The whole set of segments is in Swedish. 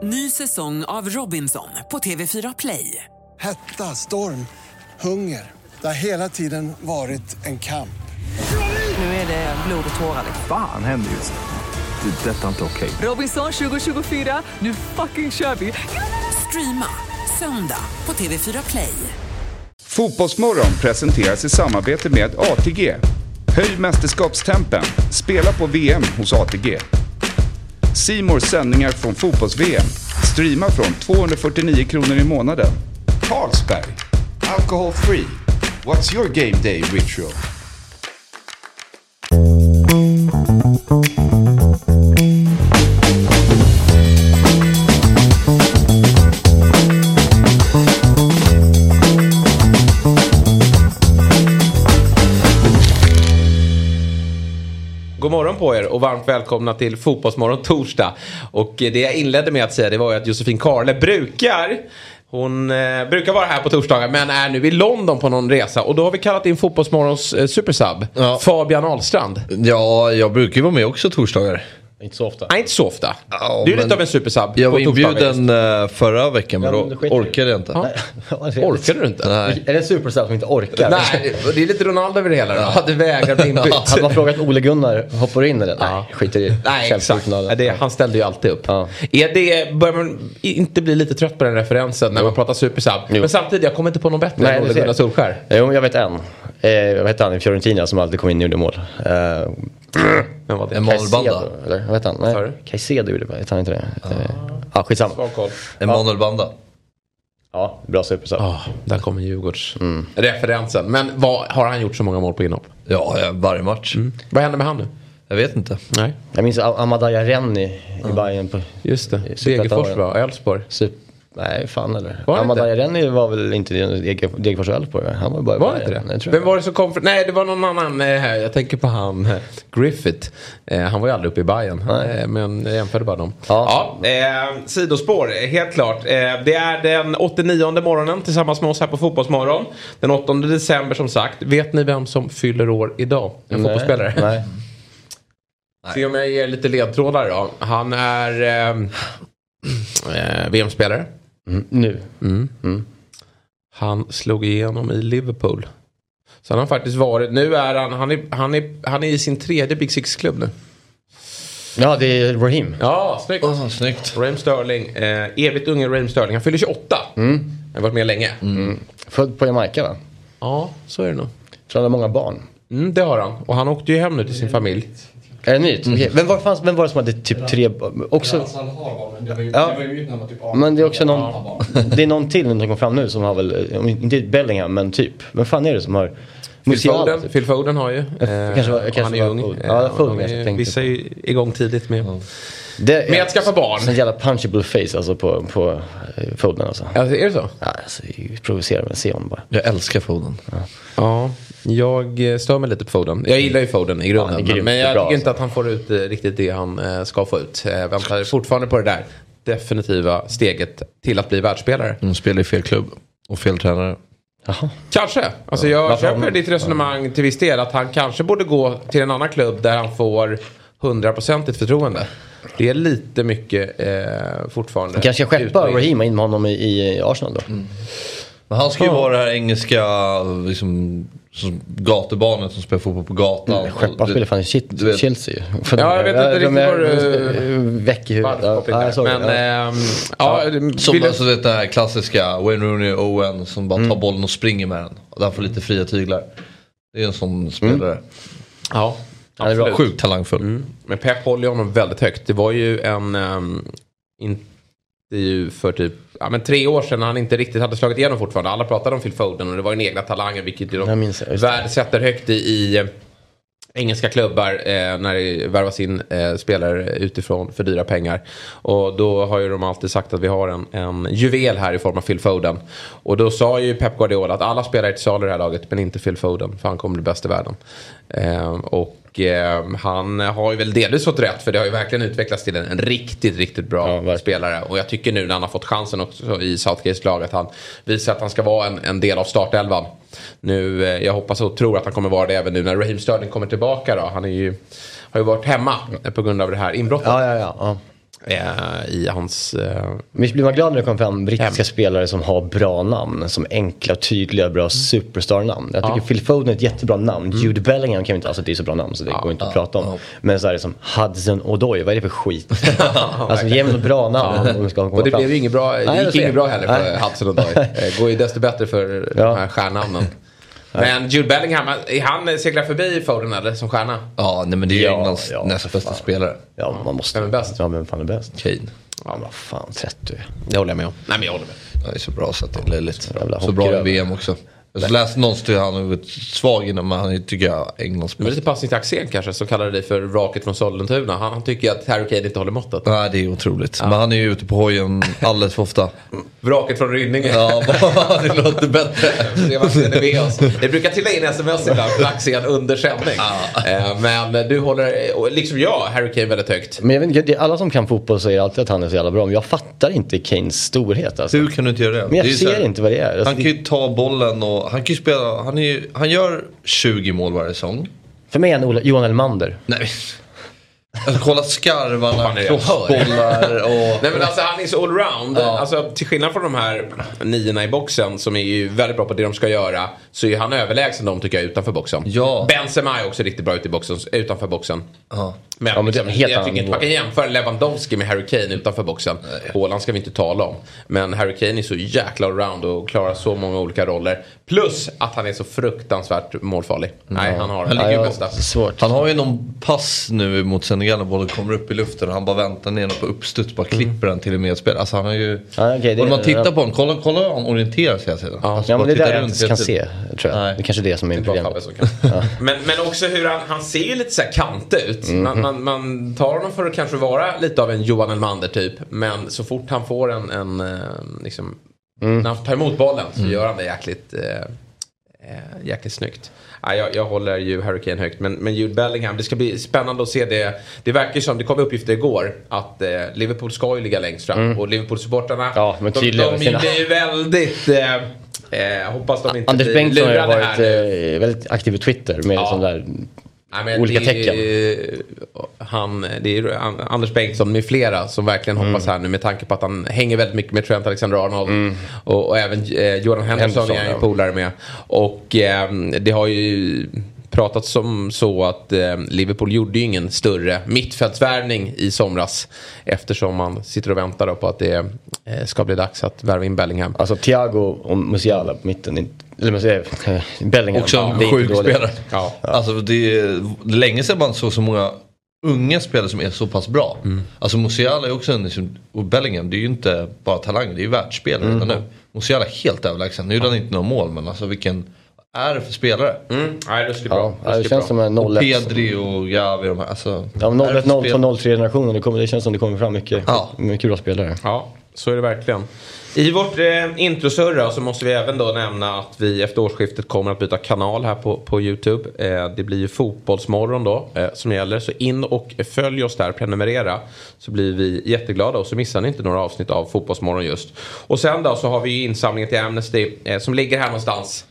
Ny säsong av Robinson på TV4 Play. Hetta, storm, hunger. Det har hela tiden varit en kamp. Nu är det blod och tårar. Fan händer just nu. Det är detta inte okej. Robinson 2024, nu fucking kör vi. Streama söndag på TV4 Play. Fotbollsmorgon presenteras i samarbete med ATG. Höj mästerskapstempen. Spela på VM hos ATG. C More sändningar från fotbolls-VM. Streama från 249 kronor i månaden. Carlsberg. Alcohol free. What's your game day ritual? God morgon på er och varmt välkomna till Fotbollsmorgon torsdag. Och det jag inledde med att säga, det var ju att Josefin Karle brukar vara här på torsdagar, men är nu i London på någon resa. Och då har vi kallat in Fotbollsmorgons supersub, Fabian Ahlstrand. Ja, jag brukar ju vara med också torsdagar. Inte så ofta. Nej, inte så ofta. Ja, du är lite av en supersub. Jag var inbjuden förra veckan, men då orkade jag inte. Orkade du inte? Nej. Är det en supersub som inte orkar? Nej, det är lite Ronaldo över det hela. Ja. Hade vägar bli inbytt. Hade man frågat Ole Gunnar, hoppar in eller? Nej, skiter i. Nej, exakt. Han ställde ju alltid upp. Ja. Börjar man inte bli lite trött på den referensen när man pratar supersub? Men samtidigt, jag kommer inte på någon bättre än Ole Gunnar Solskär. Jo, jag vet en. Jag vet han i Fiorentina som alltid kom in och gjorde mål. Men vad det? En Manuel eller vet han? Nej, Caicedo gjorde det, vet han inte det? Ja, skitsamma. En Manuel Banda. Ja, bra supersub. Där kommer Djurgårds referensen. Men har han gjort så många mål på inhopp? Ja, varje match. Vad händer med han nu? Jag vet inte. Nej. Jag minns Amadaya Renni i Bayern på. Just det. Degerfors va? Elfsborg. Nej, fan eller. Amadaya Renni var väl inte Degerfors och Elfsborg. Han var bara var inte det? Vem var det som kom? Nej, det var någon annan. Jag tänker på han Griffith. Han var ju aldrig uppe i Bayern. Men jag jämförde bara dem. Sidospår, helt klart. Det är den 89:e morgonen tillsammans med oss här på Fotbollsmorgon. Den 8 december som sagt. Vet ni vem som fyller år idag? En fotbollsspelare? Nej. Se om jag ger lite ledtrådar då. Han är VM-spelare. Nu. Han slog igenom i Liverpool. Så han har faktiskt varit. Nu är han är i sin tredje Big Six-klubb nu. Ja, det är Raheem. Ja, snyggt. Raheem Sterling, evigt unge Raheem Sterling. Han fyller 28. Han har varit med länge. Född på Jamaica va? Ja, så är det nog. Så han har många barn. Det har han. Och han åkte ju hem nu till sin familj. Är det nytt? Okay. Vem var det som hade typ 3 också? Men det är också någon. Det är någon till som kom fram nu som har väl inte Bellingham men typ. Vem fan är det som har Phil Foden har ju. Han är ung. Vissa är ju igång tidigt med att skaffa barn. En jävla punchable face alltså på Foden alltså. Alltså, är det så? Ja, alltså, provocerar med se honom bara. Jag älskar Foden. Ja, jag stör mig lite på Foden. Jag gillar ju Foden i grunden. Men jag tycker inte att han får ut riktigt det han ska få ut. Jag väntar fortfarande på det där definitiva steget till att bli världsspelare. De spelar i fel klubb och fel tränare. Aha. Kanske. Alltså jag köper ditt resonemang till viss del att han kanske borde gå till en annan klubb där han får 100% förtroende. Det är lite mycket fortfarande. Kanske skeppa Raheem in med honom i Arsenal då. Men han ska ju vara det här engelska liksom, gatubarnet som spelar fotboll på gatan. Skeppa spelar fan i Chelsea. Ja, jag vet inte riktigt vad du väck i huvudet. Som alltså det här klassiska Wayne Rooney och Owen som bara tar bollen och springer med den. Och där får lite fria tyglar. Det är en sån spelare. Ja. Han är sjukt talangfull. Men Pep håller honom väldigt högt. Det var ju en intervju för typ 3 år sedan när han inte riktigt hade slagit igenom fortfarande. Alla pratade om Phil Foden och det var en egna talanger, vilket ju de värdesätter högt i engelska klubbar när det värvas in spelare utifrån för dyra pengar. Och då har ju de alltid sagt att vi har en juvel här i form av Phil Foden. Och då sa ju Pep Guardiola att alla spelare är till salu i det här laget, men inte Phil Foden, för han kommer bli bäst i världen. Och han har ju väl delvis fått rätt, för det har ju verkligen utvecklats till en riktigt, riktigt bra spelare. Och jag tycker nu när han har fått chansen också i Southgates lag att han visar att han ska vara en del av startelvan. Nu, jag hoppas och tror att han kommer vara det även nu när Raheem Sterling kommer tillbaka då. Han har ju varit hemma på grund av det här inbrottet. Ja. i hans... Visst blir man glad när det kommer fram brittiska spelare som har bra namn, som enkla, tydliga, bra superstar-namn. Jag tycker Phil Foden är ett jättebra namn. Jude Bellingham kan vi inte, alltså det är så bra namn så det går inte att prata om. Men så är det som Hudson-Odoi, vad är det för skit? Alltså ge mig ett bra namn. Och det blev ju inget bra, det gick inget bra heller för Hudson-Odoi. Det går ju desto bättre för de här stjärnamnen. Men Jude Bellingham, är han seglar förbi Foden eller som stjärna? Ja, nej, men det är ju Englands nästa bästa spelare. Ja, man måste. Vem är bäst? Ja, vem fan är bäst? Kane. Ja, vad fan, 30. Det håller jag med om. Nej, men jag håller med. Det är så bra så att det är löjligt. Så bra i VM också. Jag läste någonstans att han har varit svag innan, men han tycker jag Englands bäst. Lite passning till Axén kanske, som kallade dig för vraket från Sollentuna. Han tycker att Harry Kane inte håller måttet. Nej, det är otroligt. Men han är ju ute på hojen alldeles för ofta. Vraket från Rynninge. Ja, det låter bättre. Det brukar trilla in sms ibland för Axén under sändning. Men du håller, liksom jag, Harry Kane väldigt högt. Men jag vet inte, alla som kan fotboll säger alltid att han är så jävla bra. Men jag fattar inte Kanes storhet alltså. Hur kan du inte göra det? Men jag det ser här, inte vad det är. Alltså, han kan ju ta bollen och han kan ju spela. Han gör 20 mål varje säsong. För mig är han Johan Elmander. Nej. Alltså, kolla skarvarna, crossbollar och... Nej, men alltså han är så allround. Alltså, till skillnad från de här 9 i boxen som är ju väldigt bra på det de ska göra, så är han överlägsen de tycker jag utanför boxen. Benzema är också riktigt bra utanför boxen. Men liksom, jag tycker inte man kan jämföra Lewandowski med Harry Kane utanför boxen. Haaland ska vi inte tala om. Men Harry Kane är så jäkla allround och klarar så många olika roller. Plus att han är så fruktansvärt målfarlig. Nej, han ligger bästa. Svårt. Han har ju någon pass nu mot Senegal och bollen kommer upp i luften och han bara väntar ner på uppstuds, bara klipper den till och med spel. Alltså han har ju... om man tittar på honom, kolla hur han orienterar sig hela tiden. Ja, men det där jag inte kan se, tror jag. Det är kanske det som är problemet. Men också hur han ser ju lite så här kant ut. Man tar honom för att kanske vara lite av en Johan Elmander typ. Men så fort han får en liksom, när han tar emot bollen så gör han det jäkligt snyggt. Jag håller ju Harry Kane högt. Men Jude Bellingham, det ska bli spännande att se det. Det verkar som, det kom uppgifter igår att Liverpool ska ju ligga längst fram. Och Liverpool-supportarna de är ju väldigt... hoppas de inte Anders Bengtsson har varit väldigt aktiv i Twitter med sån där olika tecken. Det är Anders Bengtsson med flera som verkligen hoppas här nu, med tanke på att han hänger väldigt mycket med Trent Alexander-Arnold och även Jordan Henderson är en polare med. Och det har ju pratat som så att Liverpool gjorde ju ingen större mittfältsvärvning i somras, eftersom man sitter och väntar då på att det ska bli dags att värva in Bellingham. Alltså Thiago och Musiala på mitten, eller man säger Bellingham. Också en sjuk spelare. Ja. Alltså det är länge sedan man såg så många unga spelare som är så pass bra. Alltså Musiala är också och Bellingham, det är ju inte bara talang, det är ju världsspelare redan nu. Musiala är helt överlägsen. Nu gjorde han inte några mål, men alltså vilken är det för spelare? Nej, det skulle bra. Det känns som en 0-1. Pedri och Gavi, de här, alltså, 0-1, 0-2-0-3-generationen. Det känns som det kommer fram mycket bra spelare. Ja, så är det verkligen. I vårt introsurra så måste vi även då nämna att vi efter årsskiftet kommer att byta kanal här på YouTube. Det blir ju Fotbollsmorgon då som gäller. Så in och följ oss där, prenumerera. Så blir vi jätteglada och så missar ni inte några avsnitt av Fotbollsmorgon just. Och sen då så har vi ju insamlingen till Amnesty som ligger här någonstans.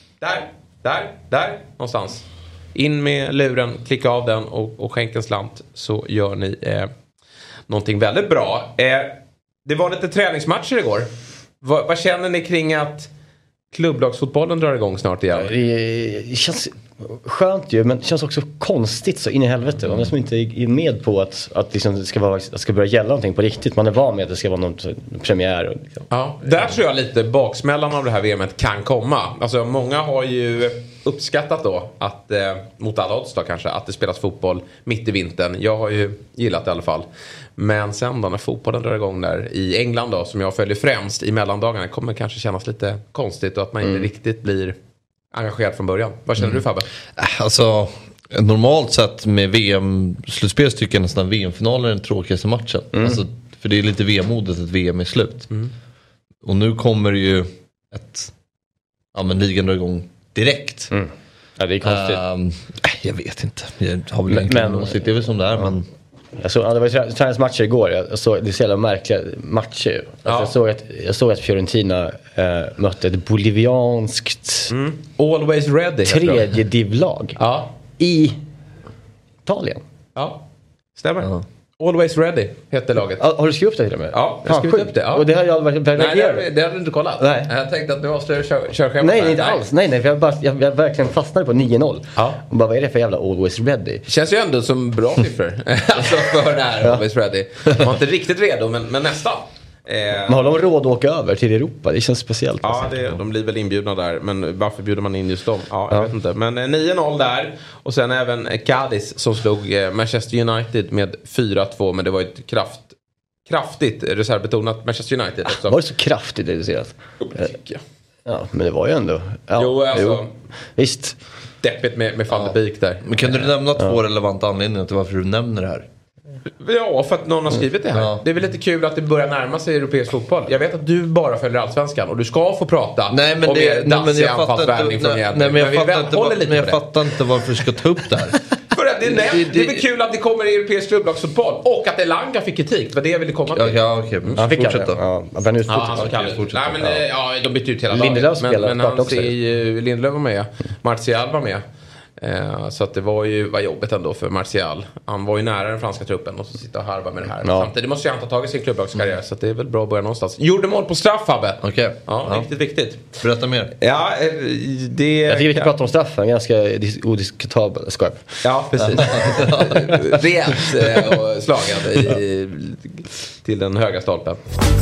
Där någonstans. In med luren, klicka av den och skänk en slant, så gör ni någonting väldigt bra. Det var lite träningsmatcher igår. Vad känner ni kring att klubblagsfotbollen drar igång snart igen? Det känns skönt ju, men det känns också konstigt så in i helvete. Man är som inte är med på att liksom det ska börja gälla någonting på riktigt. Man är van med att det ska vara någon premiär. Ja, där tror jag lite baksmällan av det här VMet kan komma. Alltså många har ju uppskattat då att, mot alla odds då kanske, att det spelas fotboll mitt i vintern. Jag har ju gillat det i alla fall. Men sen då när fotbollen drar igång där i England då, som jag följer främst i mellandagarna, kommer kanske kännas lite konstigt och att man inte riktigt blir engagerad från början. Vad känner du, Fabbe? Alltså, normalt sett med VM-slutspel tycker jag nästan VM-finalen är den tråkigaste matchen. Alltså, för det är lite VM-modet att VM är slut. Och nu kommer det ju ligan drar igång direkt. Ja, det är konstigt. Jag vet inte. Jag har väl inte åsikt. Det är väl som det är, men... det var träningsmatcher igår. Jag såg, det är så jävla märkliga matcher. Alltså, jag såg att Fiorentina mötte ett bolivianskt Always Ready tredje divlag i Italien. Ja, stämmer. Always Ready heter laget. Har du skrivit upp det till och med? Ja, jag har skrivit upp det. Ja. Och det har jag verkligen Nej, det hade du inte kollat. Nej. Jag tänkte att du måste köra Nej, inte alls. Nej, för jag verkligen fastnade på 9-0. Ja. Och bara, vad är det för jävla Always Ready? Känns ju ändå som bra siffror. Alltså för det här Always Ready. Man var inte riktigt redo, men nästan. Men har de råd att åka över till Europa? Det känns speciellt. Ja, de blir väl inbjudna där. Men varför bjuder man in just dem? Ja, jag vet inte. Men 9-0 där. Och sen även Cadiz som slog Manchester United med 4-2. Men det var ett kraftigt reservbetonat Manchester United också. Var det så kraftigt reducerat? Ja, men det var ju ändå... Ja, jo. Visst. Deppigt med Van de Beek där. Men kan du nämna 2 relevanta anledningar till varför du nämner det här? Ja, för att någon har skrivit det här. Ja. Det är väl lite kul att det börjar närma sig europeisk fotboll. Jag vet att du bara följer Allsvenskan och du ska få prata om er dassig anfallsvärvning från Jädre. Men jag fattar inte varför du ska ta upp det här. För att det är väl kul att det kommer i europeisk klubblagsfotboll och att Elanga fick kritik. Det var det jag ville komma till. Ja, okej. Han fick fortsätta. De bytte ut hela Lindelöf laget. Men han ser ju Lindelöf var med. Martial var med. Så att det var jobbigt ändå för Martial. Han var ju nära den franska truppen och så sitter och harva med det här. Ja. Samtidigt måste han ta tag i sin klubblagskarriär. Så att det är väl bra att börja någonstans. Gjorde mål på straff, Fabbe. Okej. Ja, riktigt viktigt. Berätta mer. Ja, det... Jag tycker vi kan prata om straffen. Ganska odiskutabel. Skarp. Ja, precis. Rejält slagad till den höga stolpen.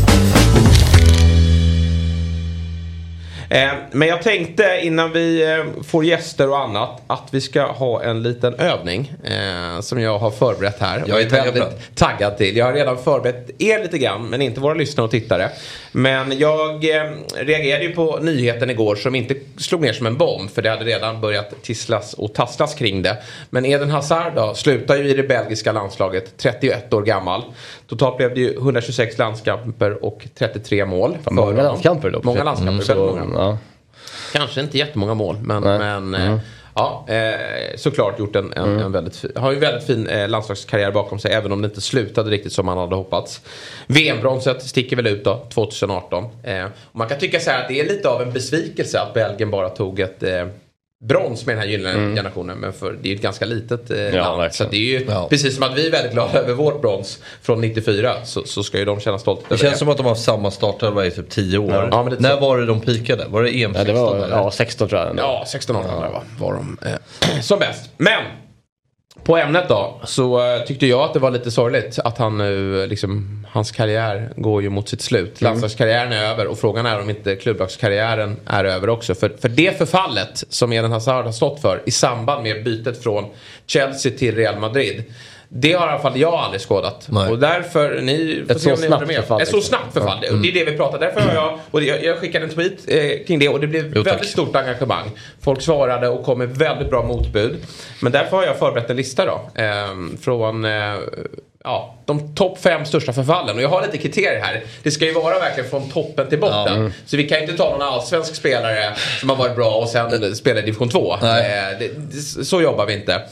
Men jag tänkte innan vi får gäster och annat att vi ska ha en liten övning som jag har förberett här. Jag är väldigt taggad till. Jag har redan förberett er lite grann, men inte våra lyssnare och tittare. Men jag reagerade ju på nyheten igår som inte slog ner som en bomb, för det hade redan börjat tisslas och tasslas kring det. Men Eden Hazard då, slutar ju i det belgiska landslaget, 31 år gammal. Totalt blev det ju 126 landskamper och 33 mål. Många landskamper då. Många landskamper, väldigt många. Ja. Kanske inte jättemånga mål, men såklart gjort en väldigt har ju väldigt fin landslagskarriär bakom sig, även om det inte slutade riktigt som man hade hoppats. VM-bronset sticker väl ut då 2018. Och man kan tycka så här att det är lite av en besvikelse att Belgien bara tog ett brons med den här gyllene generationen, men för det är ju ett ganska litet land. Verkligen. Så det är ju precis som att vi är väldigt glada över vårt brons från 94, så ska ju de känna stolthet över det. Det känns som att de har haft samma startelva i typ 10 år. Ja, men när var det de pikade? Var det EM 16? Det var 16 tror jag. Ja, 16 år var de som bäst. Men på ämnet då, så tyckte jag att det var lite sorgligt att han nu liksom, hans karriär går ju mot sitt slut. Landslagskarriären är över och frågan är om inte klubblagskarriären är över också. För det förfallet som Eden Hazard har stått för i samband med bytet från Chelsea till Real Madrid, det har i alla fall jag aldrig skådat. Nej. Och därför, ni får se om ni håller med. Ett så snabbt förfall. Och det är det vi pratar. Därför har jag skickade en tweet kring det. Och det blev väldigt stort engagemang. Folk svarade och kom med väldigt bra motbud. Men därför har jag förberett en lista då. Från de topp 5 största förfallen. Och jag har lite kriterier här. Det ska ju vara verkligen från toppen till botten. Så vi kan ju inte ta någon allsvensk spelare som har varit bra och sen spela i division 2. Så jobbar vi inte.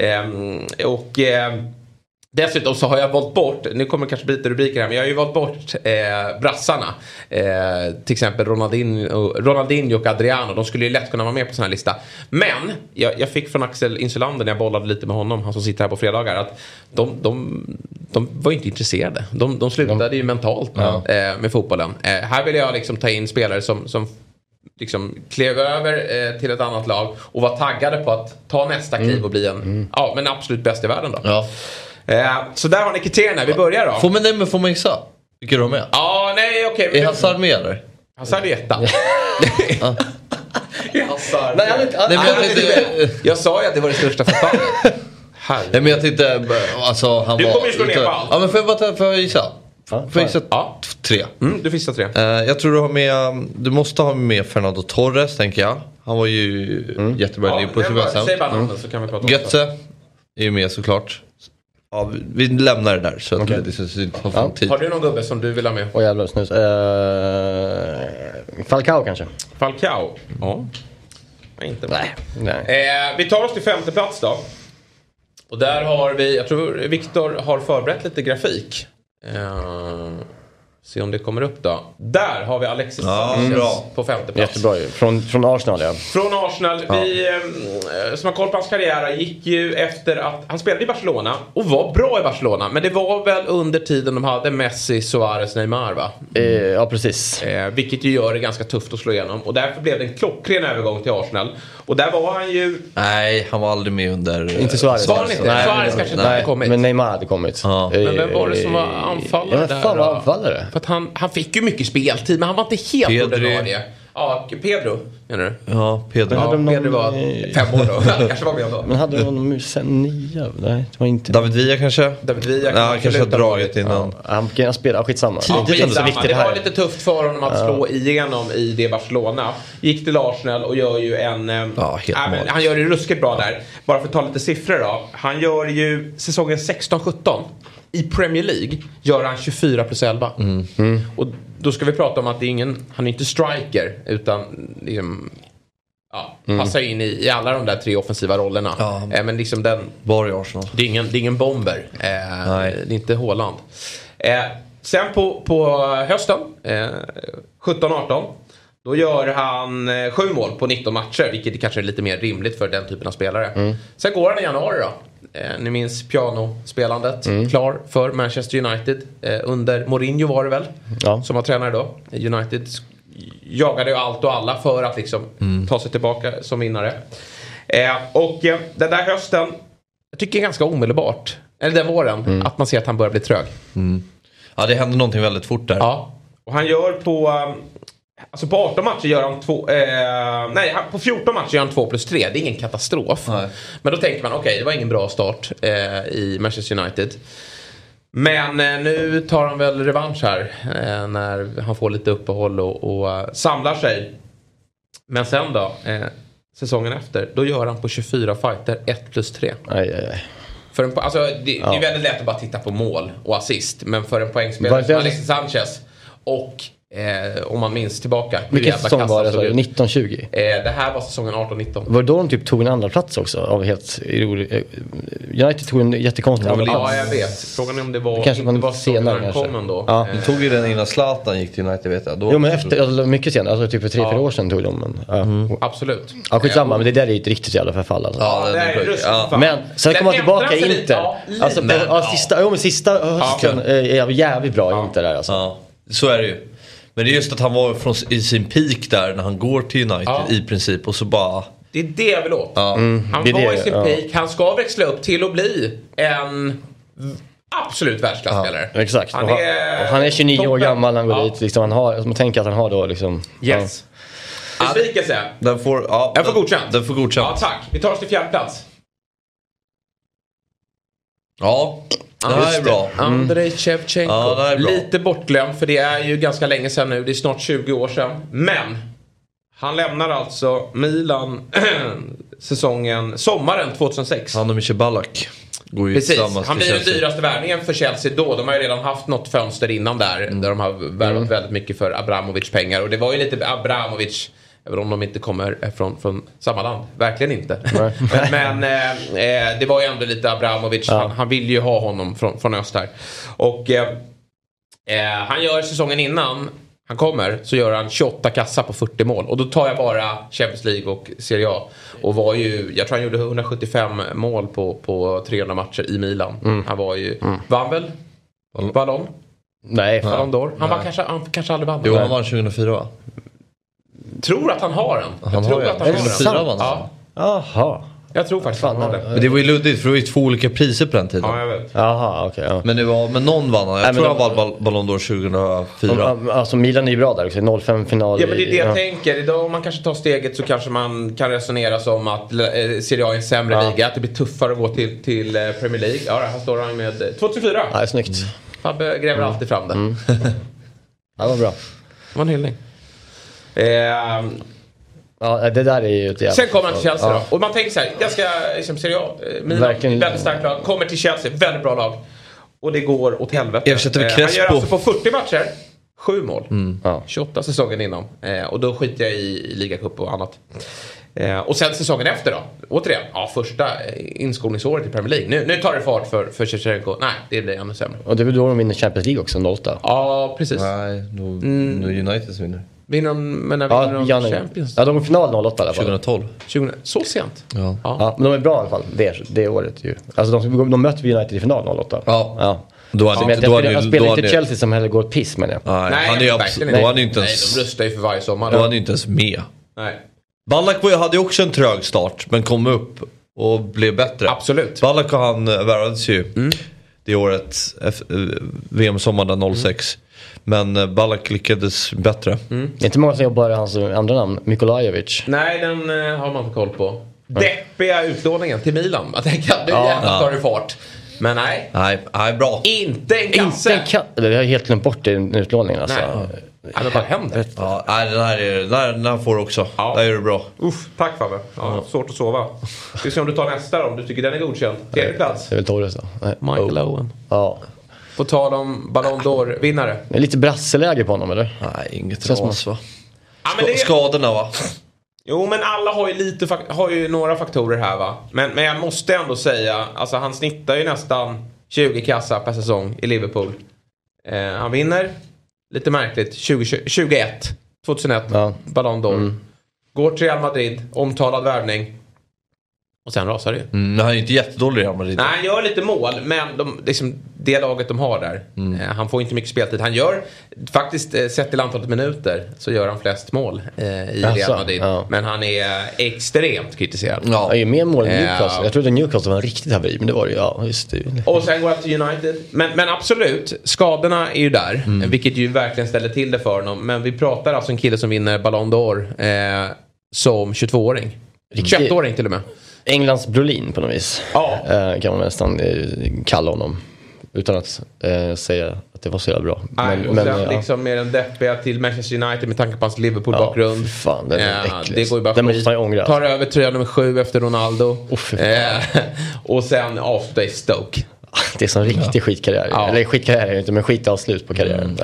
Dessutom så har jag valt bort, nu kommer kanske lite rubriker här, men jag har ju valt bort brassarna. Till exempel Ronaldinho och Adriano. De skulle ju lätt kunna vara med på sån här lista. Men jag fick från Axel Insulander när jag bollade lite med honom, han som sitter här på fredagar, att de var ju inte intresserade. De slutade ju mentalt med fotbollen. Här vill jag liksom ta in spelare som liksom klev över till ett annat lag och var taggade på att ta nästa kliv och bli men absolut bäst i världen då. Ja. Så där har ni kriterierna. Vi börjar då. Får man gissa? Vilka de är? Ja, nej, okej. Är Hazard med eller? Hazard är etta. Hazard. Jag sa ju att det var det största förfallet. Nej, men jag tänkte alltså, han du kommer ju slå ner på allt. Ja, men får jag gissa? Får jag gissa 3? Du får gissa 3. Jag tror du måste ha med Fernando Torres, tänker jag. Han var ju jättebra i Liverpool. Säg bara namnet så kan vi prata om Götze är ju med såklart. Ja, vi lämnar det där så att det inte har tid. Har du någon gubbe som du vill ha med? Jävlar snus. Falcao kanske. Falcao? Ja. Inte. Nej. Vi tar oss till 5:e plats då. Och där har vi, jag tror Viktor har förberett lite grafik. Se om det kommer upp då. Där har vi Alexis Sanchez på 5:e plats. Jättebra ju. Från Arsenal, ja. Från Arsenal. Vi som har koll på hans karriär gick ju efter att han spelade i Barcelona och var bra i Barcelona. Men det var väl under tiden de hade Messi, Suarez, Neymar, va? Ja, precis. Vilket ju gör det ganska tufft att slå igenom. Och därför blev det en klockren övergång till Arsenal. Och där var han ju... Nej, han var aldrig med under... Inte Suarez. Var han inte? Nej, Suarez kanske inte hade kommit. Men Neymar hade kommit. Ja. Men vem var det som var anfallare där? Fan var anfallare? För att han fick ju mycket speltid, men han var inte helt ordinarie. Ja, Pedro, menar du? Ja, Pedro. Ja, Pedro var 5 år då. Kanske var med då. Men hade de sen 9? Nej, det var inte... David Villa kanske? David Villa kanske har dragit innan. Ja, han spelade, skitsamma. Det var lite tufft för honom att slå igenom i det Barcelona. Gick till Arsenal och gör ju en... han gör ju ruskigt bra där. Bara för att ta lite siffror då. Han gör ju säsongen 16-17. I Premier League gör han 24+11. Och då ska vi prata om att det är han är inte striker, utan liksom, passar in i alla de där 3 offensiva rollerna. Men liksom den... Var i Arsenal. Det är ingen bomber. Det är inte Haaland. Sen på hösten, 17-18, då gör han 7 mål på 19 matcher, vilket kanske är lite mer rimligt för den typen av spelare. Sen går han i januari då. Ni minns pianospelandet. Klar för Manchester United. Under Mourinho var det väl. Som var tränare då. United jagade ju allt och alla för att liksom ta sig tillbaka som vinnare. Och den där hösten, jag tycker ganska omedelbart, eller den våren, att man ser att han börjar bli trög. Ja, det hände någonting väldigt fort där. Ja. Och han gör på 18 matcher gör han på 14 matcher gör han 2+3. Det är ingen katastrof. Nej. Men då tänker man, okej, det var ingen bra start i Manchester United. Men nu tar han väl revansch här när han får lite uppehåll och samlar sig. Men sen då, säsongen efter, då gör han på 24 fighter 1+3. För det är väldigt lätt att bara titta på mål och assist. Men för en poängspelare som Alexis Sanchez och om man minns tillbaka. Vilken säsong var det? 19-20? Det här var säsongen 18-19. Var det då de typ tog en andra plats också? Av helt United tog en jättekonstig andra plats. Ja, jag vet. Frågan är om det var... Kanske man var senare då. Ja. De tog ju den innan Zlatan gick till United, vet jag. Då men efter, mycket senare. Alltså typ för 3-4 år sedan tog de. Men, absolut. Ja, skitsamma. Men det där är ju ett riktigt jävla förfall. Alltså. Ja, det är ruskigt. Men sen kommer man tillbaka Inter. Sista hösten är jävligt bra Inter där alltså. Ja, så är det ju. Men det är just att han var i sin peak där när han går till United i princip och så bara... Det är det jag vill åt. Han var i sin peak. Han ska växla upp till att bli en absolut världsklasspelare. Exakt. Han är 29 år gammal när han går dit. Liksom, man tänker att han har då liksom... Yes. Besvikelse. Den får godkänt. Den får godkänt. Ja, tack. Vi tar oss till 4:e plats. Ja. Det här är bra. Andrei Shevchenko. Lite bortglömd, för det är ju ganska länge sedan nu. Det är snart 20 år sedan. Men han lämnar alltså Milan sommaren 2006. Han och Michel Ballack går ju tillsammans. Han blir den dyraste värvningen för Chelsea då. De har ju redan haft något fönster innan där de har värvat väldigt mycket för Abramovic pengar. Och det var ju lite Abramovic, även om de inte kommer från samma land. Verkligen inte. Men det var ju ändå lite Abramovic. Han vill ju ha honom från öst här. Och han gör säsongen innan han kommer, så gör han 28 kassa på 40 mål. Och då tar jag bara Champions League och Serie A. Och var ju, jag tror han gjorde 175 mål på 300 matcher i Milan. Han var ju, vann väl Ballon? Nej, Ballon d'Or. Han kanske aldrig vann. Jo, han vann 2004 va? Tror att han har den. Jag tror att han har den. Ja. Jaha. Jag tror faktiskt han har det. Men det var ju luddigt, för det var ju 2 olika priser på den tiden. Ja, jag vet. Jaha, okej. Ja. Men någon vann han. Jag tror han vann Ballon d'Or 2004. Alltså Milan är ju bra där också. 0-5 final. Ja, men det är det jag tänker. Idag om man kanske tar steget så kanske man kan resonera som att Serie A är en sämre liga. Att det blir tuffare att gå till Premier League. Ja, här står han med 2004. Ja, det är snyggt. Fabbe gräver alltid fram det. Ja, det var bra. Det var en hyllning. Ja, det där är ju ett jävla... Sen kommer han till Chelsea då. Och man tänker så här, ganska liksom Serie A, Milan, väldigt starkt lag. Kommer till Chelsea, väldigt bra lag. Och det går åt helvete. Han gör alltså på 40 matcher 7 mål. 28 säsongen innan. Och då skiter jag i ligacup och annat. Och sen säsongen efter då, återigen, första inskolningsåret i Premier League. Nu tar det fart för Shevchenko. Nej, det blir ännu sämre. Och det är väl då de vinner Champions League också, 08. Ja, precis. Nej, nu United vinner. Vinner de, men när vinner de Champions? Ja, de var final 08 i alla fall. 2012. Så sent? Ja, men de är bra i alla fall, det året ju. Alltså de mötte vi United i final 08. Ja. Jag spelar inte Chelsea som heller går piss, men Nej, han är inte ens... de röstar ju för varje sommar. Då var han ju inte ens med. Nej. Ballack hade ju också en trög start, men kom upp och blev bättre. Absolut. Ballack och han värvades ju det året, VM-sommaren 06. Men Ballack lyckades bättre. Det är inte många som jobbar hans andra namn, Mikolajevic. Nej, den har man koll på. Deppiga utlåningen till Milan. Jag tänker att nu jävlar tar det fart. Men nej. Nej, bra. Inte en kasse. Vi har helt glömt bort den utlåningen alltså. Nej, men vad händer? Den här får du också. Där är det bra. Tack Fabbe. Svårt att sova. Vi ser om du tar nästa då, om du tycker den är godkänd. Tredje plats. Det är väl Torres då. Michael Owen. Ja. På tal om Ballon d'Or-vinnare. Det är lite brasseläge på honom, eller? Nej, inget ras va? Men skadorna va? Jo, men alla har ju några faktorer här va. Men jag måste ändå säga, alltså han snittar ju nästan 20 kassa per säsong i Liverpool. Han vinner, lite märkligt, 2001 Ballon d'Or. Går till Real Madrid, omtalad värvning. Och sen rasar det ju. Han är ju inte jättedålig i Real Madrid. Nej, han gör lite mål. Men det laget de har där. Han får inte mycket speltid. Han gör faktiskt, sett till antalet minuter, så gör han flest mål i Real Madrid. Men han är extremt kritiserad. Ja, är mer mål än Newcastle. Jag trodde Newcastle var en riktigt haveri, men det var det just det. Och sen går han till United. Men absolut, skadorna är ju där. Vilket ju verkligen ställer till det för honom. Men vi pratar alltså en kille som vinner Ballon d'Or som 22-åring. 21-åring till och med. Englands Brolin på något vis. Kan man nästan kalla honom. Utan att säga att det var så jävla bra. Men sen liksom med den deppiga till Manchester United med tanke på hans Liverpool-bakgrund. Fan, det är äckligt. Det går ju bara den måste han ångra. Tar över tröja nummer 7 efter Ronaldo. Och sen avslutar i Stoke. Det är som riktig skitkarriär. Eller skitkarriär är inte, men skitavslut på karriären.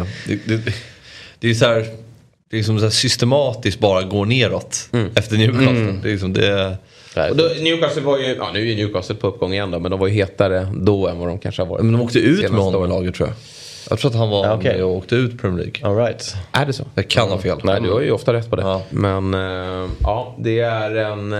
Det är så här... Det är som så här systematiskt bara går neråt efter Newcastle. Det är liksom det... Och då, Newcastle var ju, nu är ju Newcastle på uppgång igen då, men de var ju hetare då än vad de kanske har varit. Men de åkte ut med honom i laget tror jag. Jag tror att han var med och åkte ut Premier League. All right. Är det så? Jag kan ha fel. Nej, du har ju ofta rätt på det. Men det är en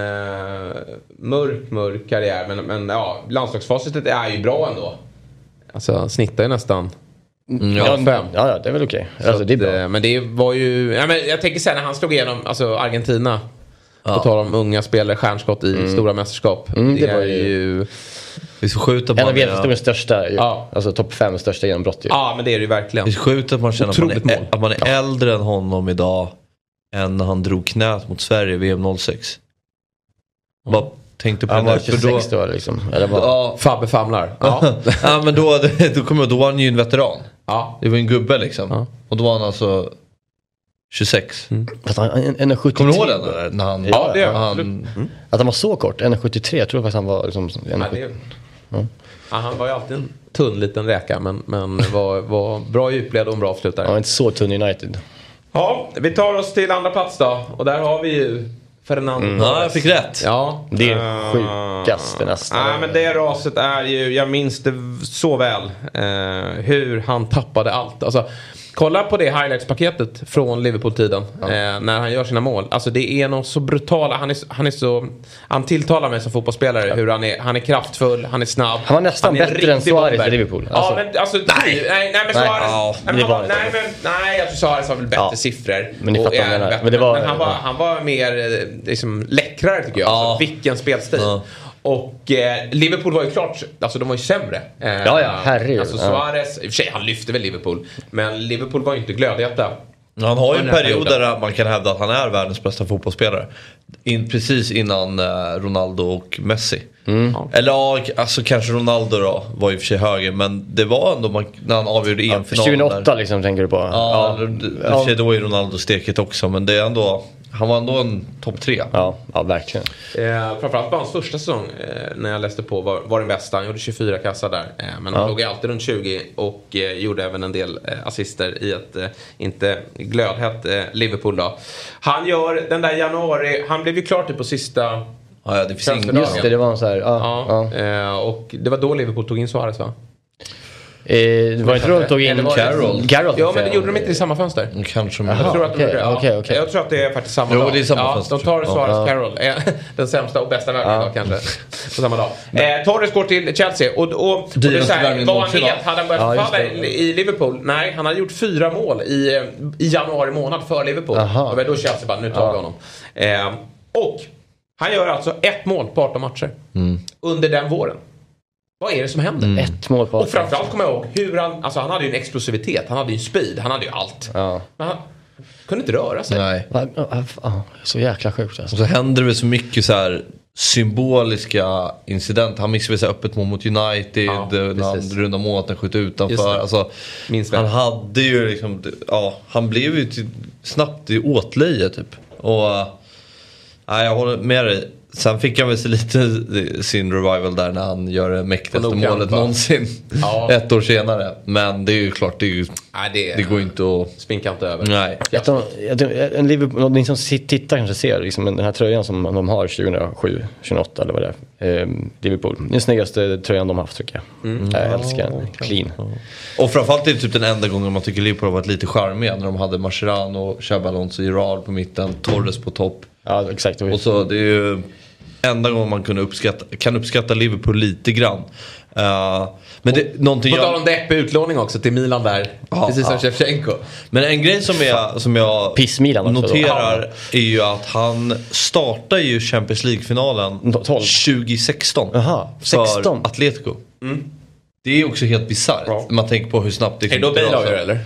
mörk karriär. Men landslagsfacitet är ju bra ändå. Alltså snittar ju nästan 5. Ja, det är väl okej. Alltså, det är bra. Men det var ju... men jag tänker sen när han slog igenom Argentina. På tal om unga spelare, stjärnskott i stora mästerskap. Det var ju... Vi ska skjuta på en av världshistoriens största, alltså topp 5 största genombrott. Ja, men det är det ju verkligen. Vi skjuter att man känner att man är äldre än honom idag än när han drog knät mot Sverige i VM 06. Bara tänkte på han var 26 då liksom. Eller bara... Fabbe famlar. Ja, men då var han ju en veteran. Ja. Det var en gubbe liksom. Och då var han alltså 26. Kommer du ihåg den när han... Ja, det är att han var så kort, 1,73. Jag tror faktiskt han var liksom... han var ju alltid en tunn liten räka, men var bra djupled och en bra avslutare. Han var inte så tunn United. Ja, vi tar oss till andra plats då. Och där har vi ju Fernando. Ja, jag fick rätt. Ja. Det är sjukaste nästan. Nej, men det raset är ju, jag minns det så väl. Hur han tappade allt. Alltså, kolla på det highlights-paketet från Liverpool-tiden när han gör sina mål. Alltså det är något så brutala. Han tilltalar mig som fotbollsspelare hur han är kraftfull, han är snabb. Han var nästan bättre än Suarez i Liverpool. Alltså. Ja, men alltså nej men Suarez. Nej, jag tror Suarez har väl bättre siffror. Men ni fattar vad jag menar. Men han var mer liksom läckrare tycker jag. Alltså, vilken spelstil. Och Liverpool var ju klart, alltså de var ju sämre. Herregud. Alltså Suarez, i och för sig han lyfte väl Liverpool, men Liverpool var ju inte glödhjärta. Han har ju en period där man kan hävda att han är världens bästa fotbollsspelare. Precis innan Ronaldo och Messi. Eller alltså kanske Ronaldo då var i och för sig högre, men det var ändå när han avgjorde EM-finalen 2008 liksom tänker du på. Ja, i och för sig då var ju Ronaldo stekigt också, men det är ändå han var ändå en topp 3. Ja, verkligen. Framförallt bara hans första säsong när jag läste på var den bästa. Han gjorde 24 kassar där. Men han låg alltid runt 20 och gjorde även en del assister i ett inte glödhett Liverpool då. Han gör den där januari, han blev ju klar typ på sista... Ja, det finns ingen. Just det var en så här... och det var då Liverpool tog in Suarez, va? Det var inte då de tog in Carroll. Ja, men det gjorde de inte i samma fönster. Kanske. Jag tror att de gjorde det. Okay. Jag tror att det är faktiskt samma dag. Det är samma fönster. De tar Suarez Carroll. Den sämsta och bästa världen idag kanske. På samma dag. Torres går till Chelsea. Och det är så här, var han het? Hade han börjat förfalla i Liverpool? Nej, han hade gjort 4 mål i januari månad för Liverpool. Det var då Chelsea bara, nu tar vi honom. Och han gör alltså 1 mål på 18 matcher. Under den våren. Vad är det som händer? 1 mål på 18. Och framförallt kommer jag ihåg hur han hade ju en explosivitet, han hade ju en speed, han hade ju allt. Men han kunde inte röra sig. Nej. Så jäkla sjukt alltså. Och så händer det så mycket så här symboliska incidenter. Han missade så öppet mål mot United, när runda målet han sköt utanför. Alltså, han hade ju liksom, han blev ju snabbt i åtlöje typ. Och jag håller med dig. Sen fick han väl se lite sin revival där när han gör det mäktigaste målet någonsin. 1 år senare. Men det är ju klart, det går inte att... Spinka inte över. Nej. En Liverpool, ni som tittar kanske ser liksom, den här tröjan som de har 2007, 2008 eller vad det är. Liverpool. Den snyggaste tröjan de har haft, tycker jag. Jag älskar den. Clean. Och framförallt är det typ den enda gången man tycker Liverpool har varit lite charmiga. När de hade Mascherano, Xabi Alonso, Gerrard på mitten, Torres på topp. Ja, exakt. Och så det är ju enda gången man kan uppskatta Liverpool lite grann. Men det någonting på tal om depp utlåning också till Milan där, precis som Shevchenko. Men en grej som jag noterar är ju att han startar ju Champions League-finalen 2016 för Atletico. Det är också helt bisarrt. Man tänker på hur snabbt det kan gå. Är det då Bale eller?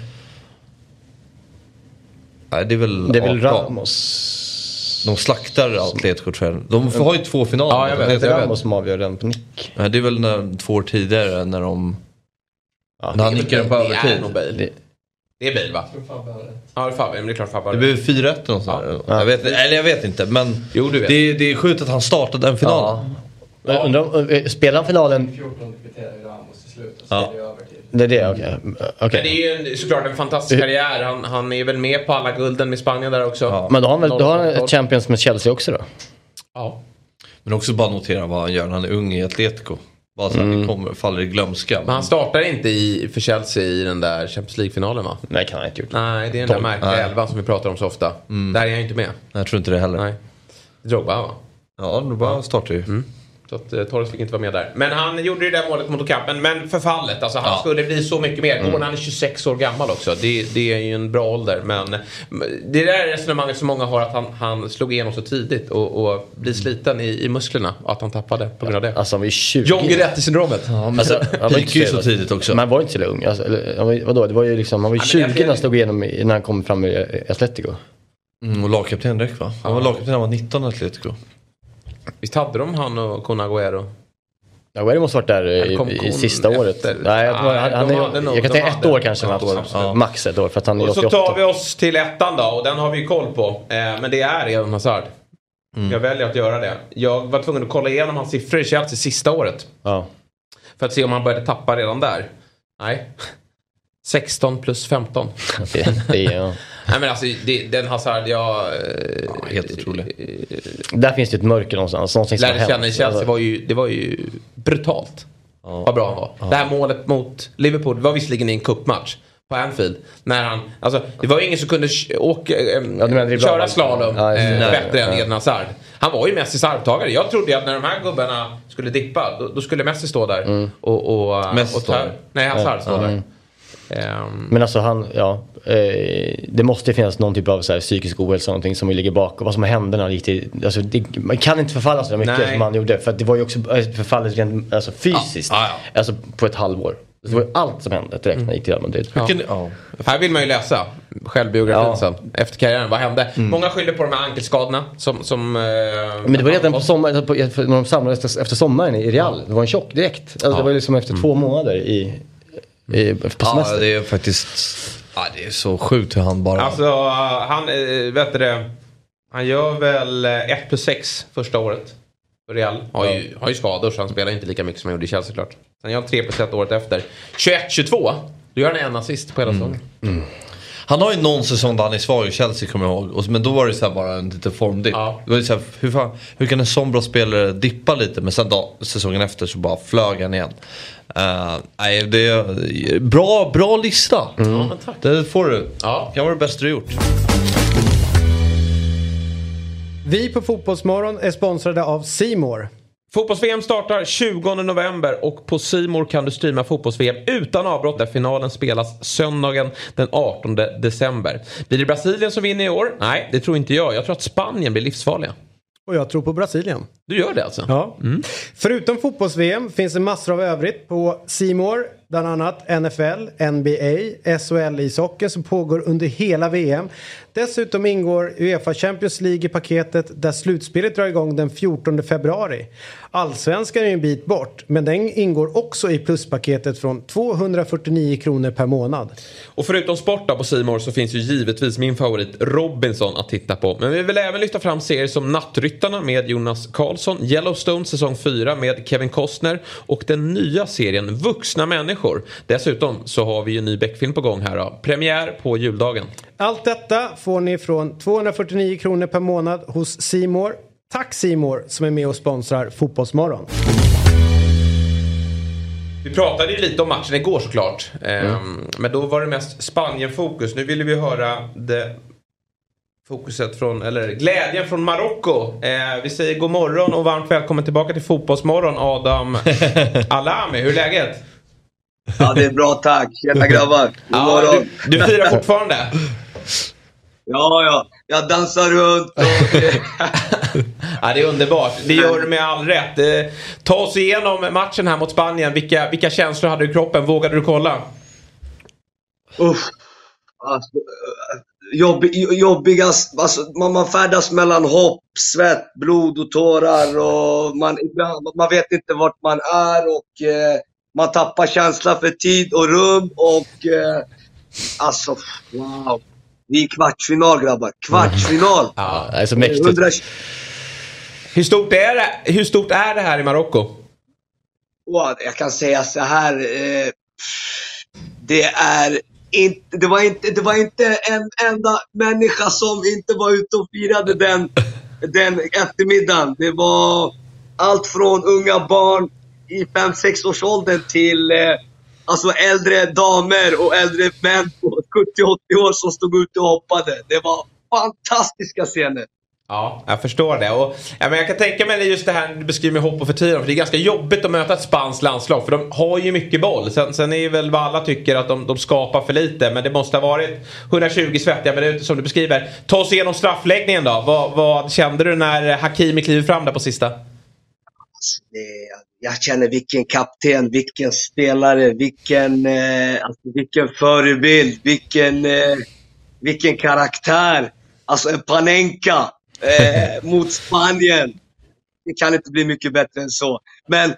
Nej, det är väl Ramos. De slaktar Atletico, tror jag. De har ju 2 finaler. Ja, jag vet. Det är Ramos som avgör den på nick. Nej, det är väl 2 år tidigare när de... när han nickar den på övertid. Det är Bale, va? Ja, det är klart Fabbe. Det blir 4-1 någonstans. Jag vet inte, men jo, du vet. Det är sjukt att han startade den finalen. Spelar han finalen... 14 kvitterar Ramos till slut. Det är det, okej. Men det är ju såklart en fantastisk karriär. Han är väl med på alla gulden med Spanien där också. Men då har han ett Champions med Chelsea också då? Ja. Men också bara notera vad han gör när han är ung i Atletico. Bara så att det faller i glömska. Men han startar inte för Chelsea i den där Champions League-finalen, va? Nej, kan han inte gjort. Nej, det är den där märkliga 11 som vi pratar om så ofta. Där är jag inte med. Jag tror inte det heller. Nej. Drogba, va? Ja, Drogba startar ju. Så att Torres fick inte vara med där. Men han gjorde ju det där målet mot Ocapen. Men förfallet, alltså han skulle bli så mycket mer. Och han är 26 år gammal också. Det är ju en bra ålder. Men det där resonemanget som många har, att han slog igenom så tidigt och blir sliten i musklerna. Och att han tappade på grund av det. Alltså han var ju 20. John Guidetti-syndromet. Han gick ju så tidigt också. Men han var inte så ung. Alltså, vadå? Det var ju liksom, han var ju 20 när han slog igenom när han kom fram i Atletico. Och lagkapten direkt, va? Han var lagkapten, han var 19 Atletico. Visst hade de han och Kun Agüero? Agüero måste varit där i sista året. Nej, jag kan säga 1 år kanske. Max 1 år, för att han är 88. Och så tar vi oss till 1:an då, och den har vi ju koll på. Men det är Eden Hazard. Jag väljer att göra det. Jag var tvungen att kolla igenom hans siffror i Chelsea sista året. För att se om han började tappa redan där. Nej. 16 plus 15. Nej, men alltså den Hazard, helt otrolig. Där finns det ett mörker någonstans. Lärde känna i Chelsea det var ju brutalt. Vad bra han var. Det här målet mot Liverpool var visserligen i en cupmatch på Anfield. När han, alltså, det var ju ingen som kunde köra slalom bättre än Eden Hazard. Han var ju Messis arvtagare. Jag trodde att när de här gubbarna skulle dippa, då skulle Messi stå där och Hazard stå där. Men alltså det måste finnas någon typ av så här psykisk ohälsa, någonting som ligger bakom vad som hände när han gick till, alltså man kan inte förfalla så mycket som han gjorde, för att det var ju också förfallet rent, alltså fysiskt, alltså på ett halvår. Det var ju allt som hände direkt när han gick till Real Madrid. Här vill man ju läsa självbiografin sen efter karriären. Vad hände? Många skyller på de här ankelskadorna som men det var redan på sommaren, när de samlades efter sommaren i Real. Det var en chock direkt. Alltså det var ju liksom efter 2 månader på semester. Det är faktiskt det är så sjukt hur han bara... Alltså han, Han gör väl 1+6 första året. För Real har ju skador så han spelar inte lika mycket som han gjorde i Chelsea klart. Sen gör han 3% året efter. 21-22, då gör han en assist på hela säsongen. Han har ju någon säsong där han är svag i Chelsea, kommer jag ihåg. Men då var det så här bara en liten formdipp. Det var så här, hur kan en sån bra spelare dippa lite? Men sen säsongen efter så bara flög han igen. Nej, det är bra lista. Ja, tack. Det får du. Ja. Kan vara det bästa du gjort. Vi på Fotbollsmorgon är sponsrade av C More. Fotbolls-VM startar 20 november och på C More kan du streama fotbolls-VM utan avbrott där finalen spelas söndagen den 18 december. Blir det Brasilien som vinner i år? Nej, det tror inte jag. Jag tror att Spanien blir livsfarliga. Och jag tror på Brasilien. Du gör det alltså? Ja. Förutom fotbolls-VM finns det massor av övrigt på C More. Bland annat NFL, NBA, SHL-ishockey som pågår under hela VM. Dessutom ingår UEFA Champions League i paketet där slutspelet drar igång den 14 februari. Allsvenskan är en bit bort, men den ingår också i pluspaketet från 249 kronor per månad. Och förutom sport på C More så finns ju givetvis min favorit Robinson att titta på. Men vi vill även lyfta fram serier som Nattryttarna med Jonas Karlsson, Yellowstone säsong 4 med Kevin Costner och den nya serien Vuxna människor. Dessutom så har vi ju en ny Beck-film på gång här då. Premiär på juldagen. Allt detta får ni från 249 kronor per månad hos C More. Tack C More som är med och sponsrar Fotbollsmorgon. Vi pratade ju lite om matchen igår såklart. Men då var det mest Spanien-fokus. Nu ville vi höra fokuset från, eller glädjen från Marocko. Vi säger god morgon och varmt välkommen tillbaka till Fotbollsmorgon, Adam Alami. Hur är läget? Ja, det är bra, tack. Tjena grabbar. God morgon. Du firar fortfarande? Ja. Jag dansar runt. Ja, det är underbart. Det gör du med all rätt. Ta oss igenom matchen här mot Spanien. Vilka känslor hade du i kroppen? Vågade du kolla? Alltså, jobbigast. Alltså, man färdas mellan hopp, svett, blod och tårar. Och man vet inte vart man är. Och man tappar känsla för tid och rum. Och alltså, wow. Vi är kvartsfinal, grabbar. Kvartsfinal. Ja, det är så mäktigt. Hur stort är det här i Marocko? Jag kan säga så här. Det var inte en enda människa som inte var ute och firade den eftermiddagen. Det var allt från unga barn i 5-6 års åldern till alltså äldre damer och äldre män på 70-80 år som stod ute och hoppade. Det var fantastiska scener. Ja, jag förstår det. Och, men jag kan tänka mig just det här du beskriver med hopp och förtiden. För det är ganska jobbigt att möta ett spanskt landslag. För de har ju mycket boll. Sen är väl vad alla tycker att de skapar för lite. Men det måste ha varit 120 svettiga minuter som du beskriver. Ta oss igenom straffläggningen då. Vad kände du när Hakimi kliver fram där på sista? Jag känner vilken kapten, vilken spelare, vilken förebild, vilken karaktär. Alltså en Panenka mot Spanien. Det kan inte bli mycket bättre än så. Men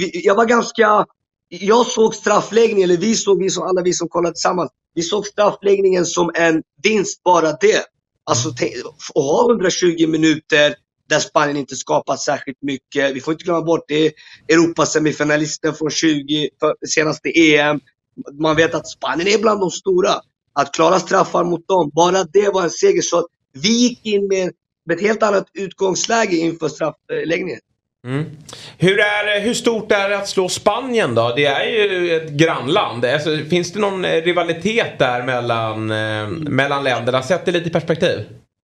jag såg straffläggningen, eller alla vi som kollade tillsammans, vi såg straffläggningen som en vinst, bara det. Alltså att ha 120 minuter där Spanien inte skapat särskilt mycket. Vi får inte glömma bort det. Europassemifinalisten från senaste EM. Man vet att Spanien är bland de stora. Att klara straffar mot dem, bara det var en seger. Så vi gick in med ett helt annat utgångsläge inför straffläggningen. Hur stort är det att slå Spanien då? Det är ju ett grannland. Alltså, finns det någon rivalitet där mellan länderna? Sätt det lite i perspektiv.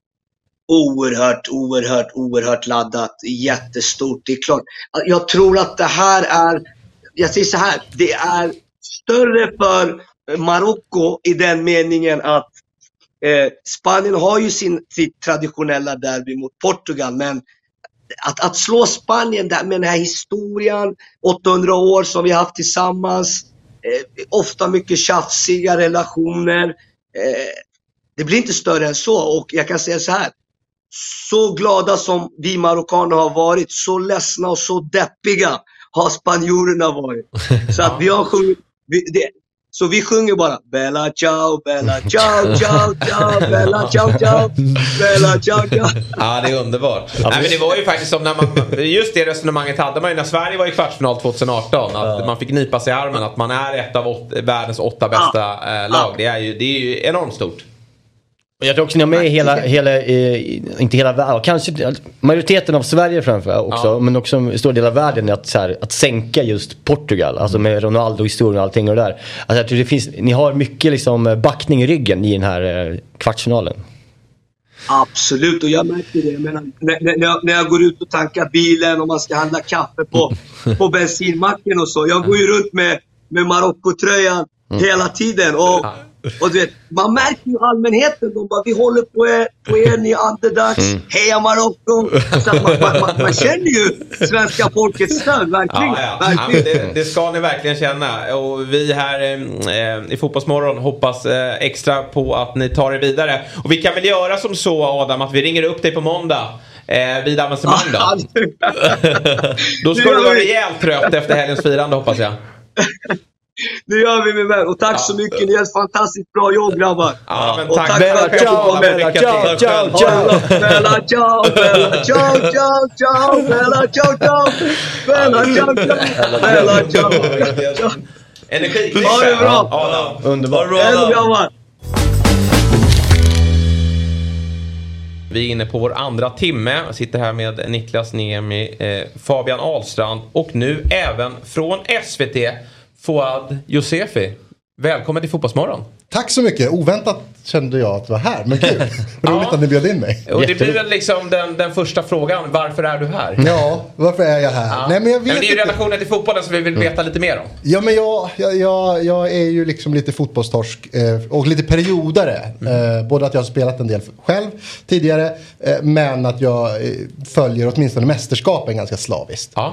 Oerhört laddat. Jättestort, det är klart. Jag tror att det här är, jag säger så här, det är större för Marocko i den meningen att Spanien har ju sitt traditionella derby mot Portugal, men att slå Spanien där med den här historien, 800 år som vi har haft tillsammans, ofta mycket tjafsiga relationer, det blir inte större än så. Och jag kan säga så här, så glada som vi marockaner har varit, så ledsna och så deppiga har spanjorerna varit. Så att vi har sjungit, Så vi sjunger bara Bella ciao, Bella ciao, ciao, ciao, Bella ciao, ciao, Bella ciao, ciao. Ja, det är underbart. Nej, men det var ju faktiskt som när man, just det resonemanget hade man ju när Sverige var i kvartsfinal 2018, att man fick nypa sig i armen att man är ett av världens 8 bästa lag. Det är ju enormt stort. Jag tror också ni har med inte hela världen, kanske majoriteten av Sverige framför också, men också en stor del av världen att sänka just Portugal, alltså med Ronaldo-historien och allting och det där. Alltså jag tror ni har mycket liksom backning i ryggen i den här kvartsfinalen. Absolut, och jag märker det. Jag menar, när jag går ut och tankar bilen och man ska handla kaffe på bensinmacken och så. Jag går ju runt med Marocko-tröjan hela tiden och du vet, man märker ju allmänheten, de bara, vi håller på er, ni underdogs, heja Marocko. Så man känner ju svenska folkets stöd, verkligen. Ja, det ska ni verkligen känna. Och vi här i Fotbollsmorgon hoppas extra på att ni tar er vidare. Och vi kan väl göra som så, Adam, att vi ringer upp dig på måndag vid avancemang då. Då ska du vara rejält trött efter helgens firande, hoppas jag. Det gör vi, min vän. Och tack så mycket. Ni gör ett fantastiskt bra jobb, grabbar. Ja, men och tack. Bella, ciao, Bella, ciao, ciao, ciao. Bella, ciao, Bella, ciao, ciao, ciao. Bella, ciao, ciao. Bella, ciao, ciao. Bella, ciao. Energiklipp. Ha det bra. Adam. Underbart. Vi är inne på vår andra timme. Jag sitter här med Niklas Niemi, Fabian Ahlstrand och nu även från SVT Fouad Josefi. Välkommen till Fotbollsmorgon. Tack så mycket. Oväntat kände jag att det var här. Men kul. Roligt att ni bjöd in mig. Och det blir väl liksom den första frågan. Varför är du här? Ja, varför är jag här? Ja. Nej, men jag vet men det är ju relationen till fotbollen som vi vill veta lite mer om. Ja, men jag är ju liksom lite fotbollstorsk och lite periodare. Både att jag har spelat en del själv tidigare, men att jag följer åtminstone mästerskapen ganska slaviskt. Ja.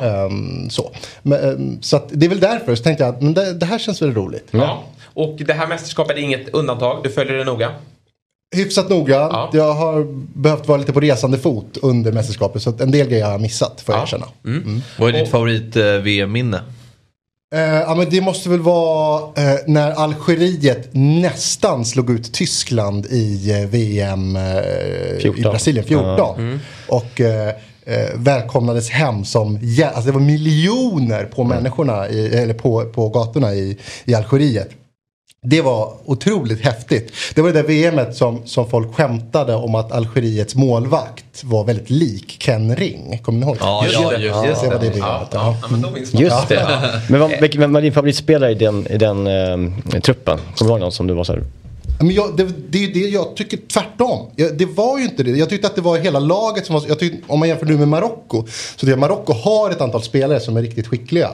Så att det är väl därför så tänkte jag att men det här känns väl roligt. Ja. Och det här mästerskapet är inget undantag. Du följer det noga? Hyfsat noga. Ja. Jag har behövt vara lite på resande fot under mästerskapet. Så att en del grejer jag har missat, får jag erkänna. Vad är ditt favorit VM-minne? Ja, men det måste väl vara när Algeriet nästan slog ut Tyskland i VM i Brasilien 14. Och välkomnades hem som alltså det var miljoner på människorna eller på gatorna i Algeriet. Det var otroligt häftigt. Det var det där VMet som folk skämtade om att Algeriets målvakt var väldigt lik Ken Ring. Kommer ni ihåg? Ja, just det. Det var det VMet. Just det. Men vem var din favoritspelare i den truppen? Kommer du ihåg någon som du var så här? Men jag tycker tvärtom. Det var ju inte det. Jag tyckte att det var hela laget som var... om man jämför nu med Marocko, så det Marocko har ett antal spelare som är riktigt skickliga.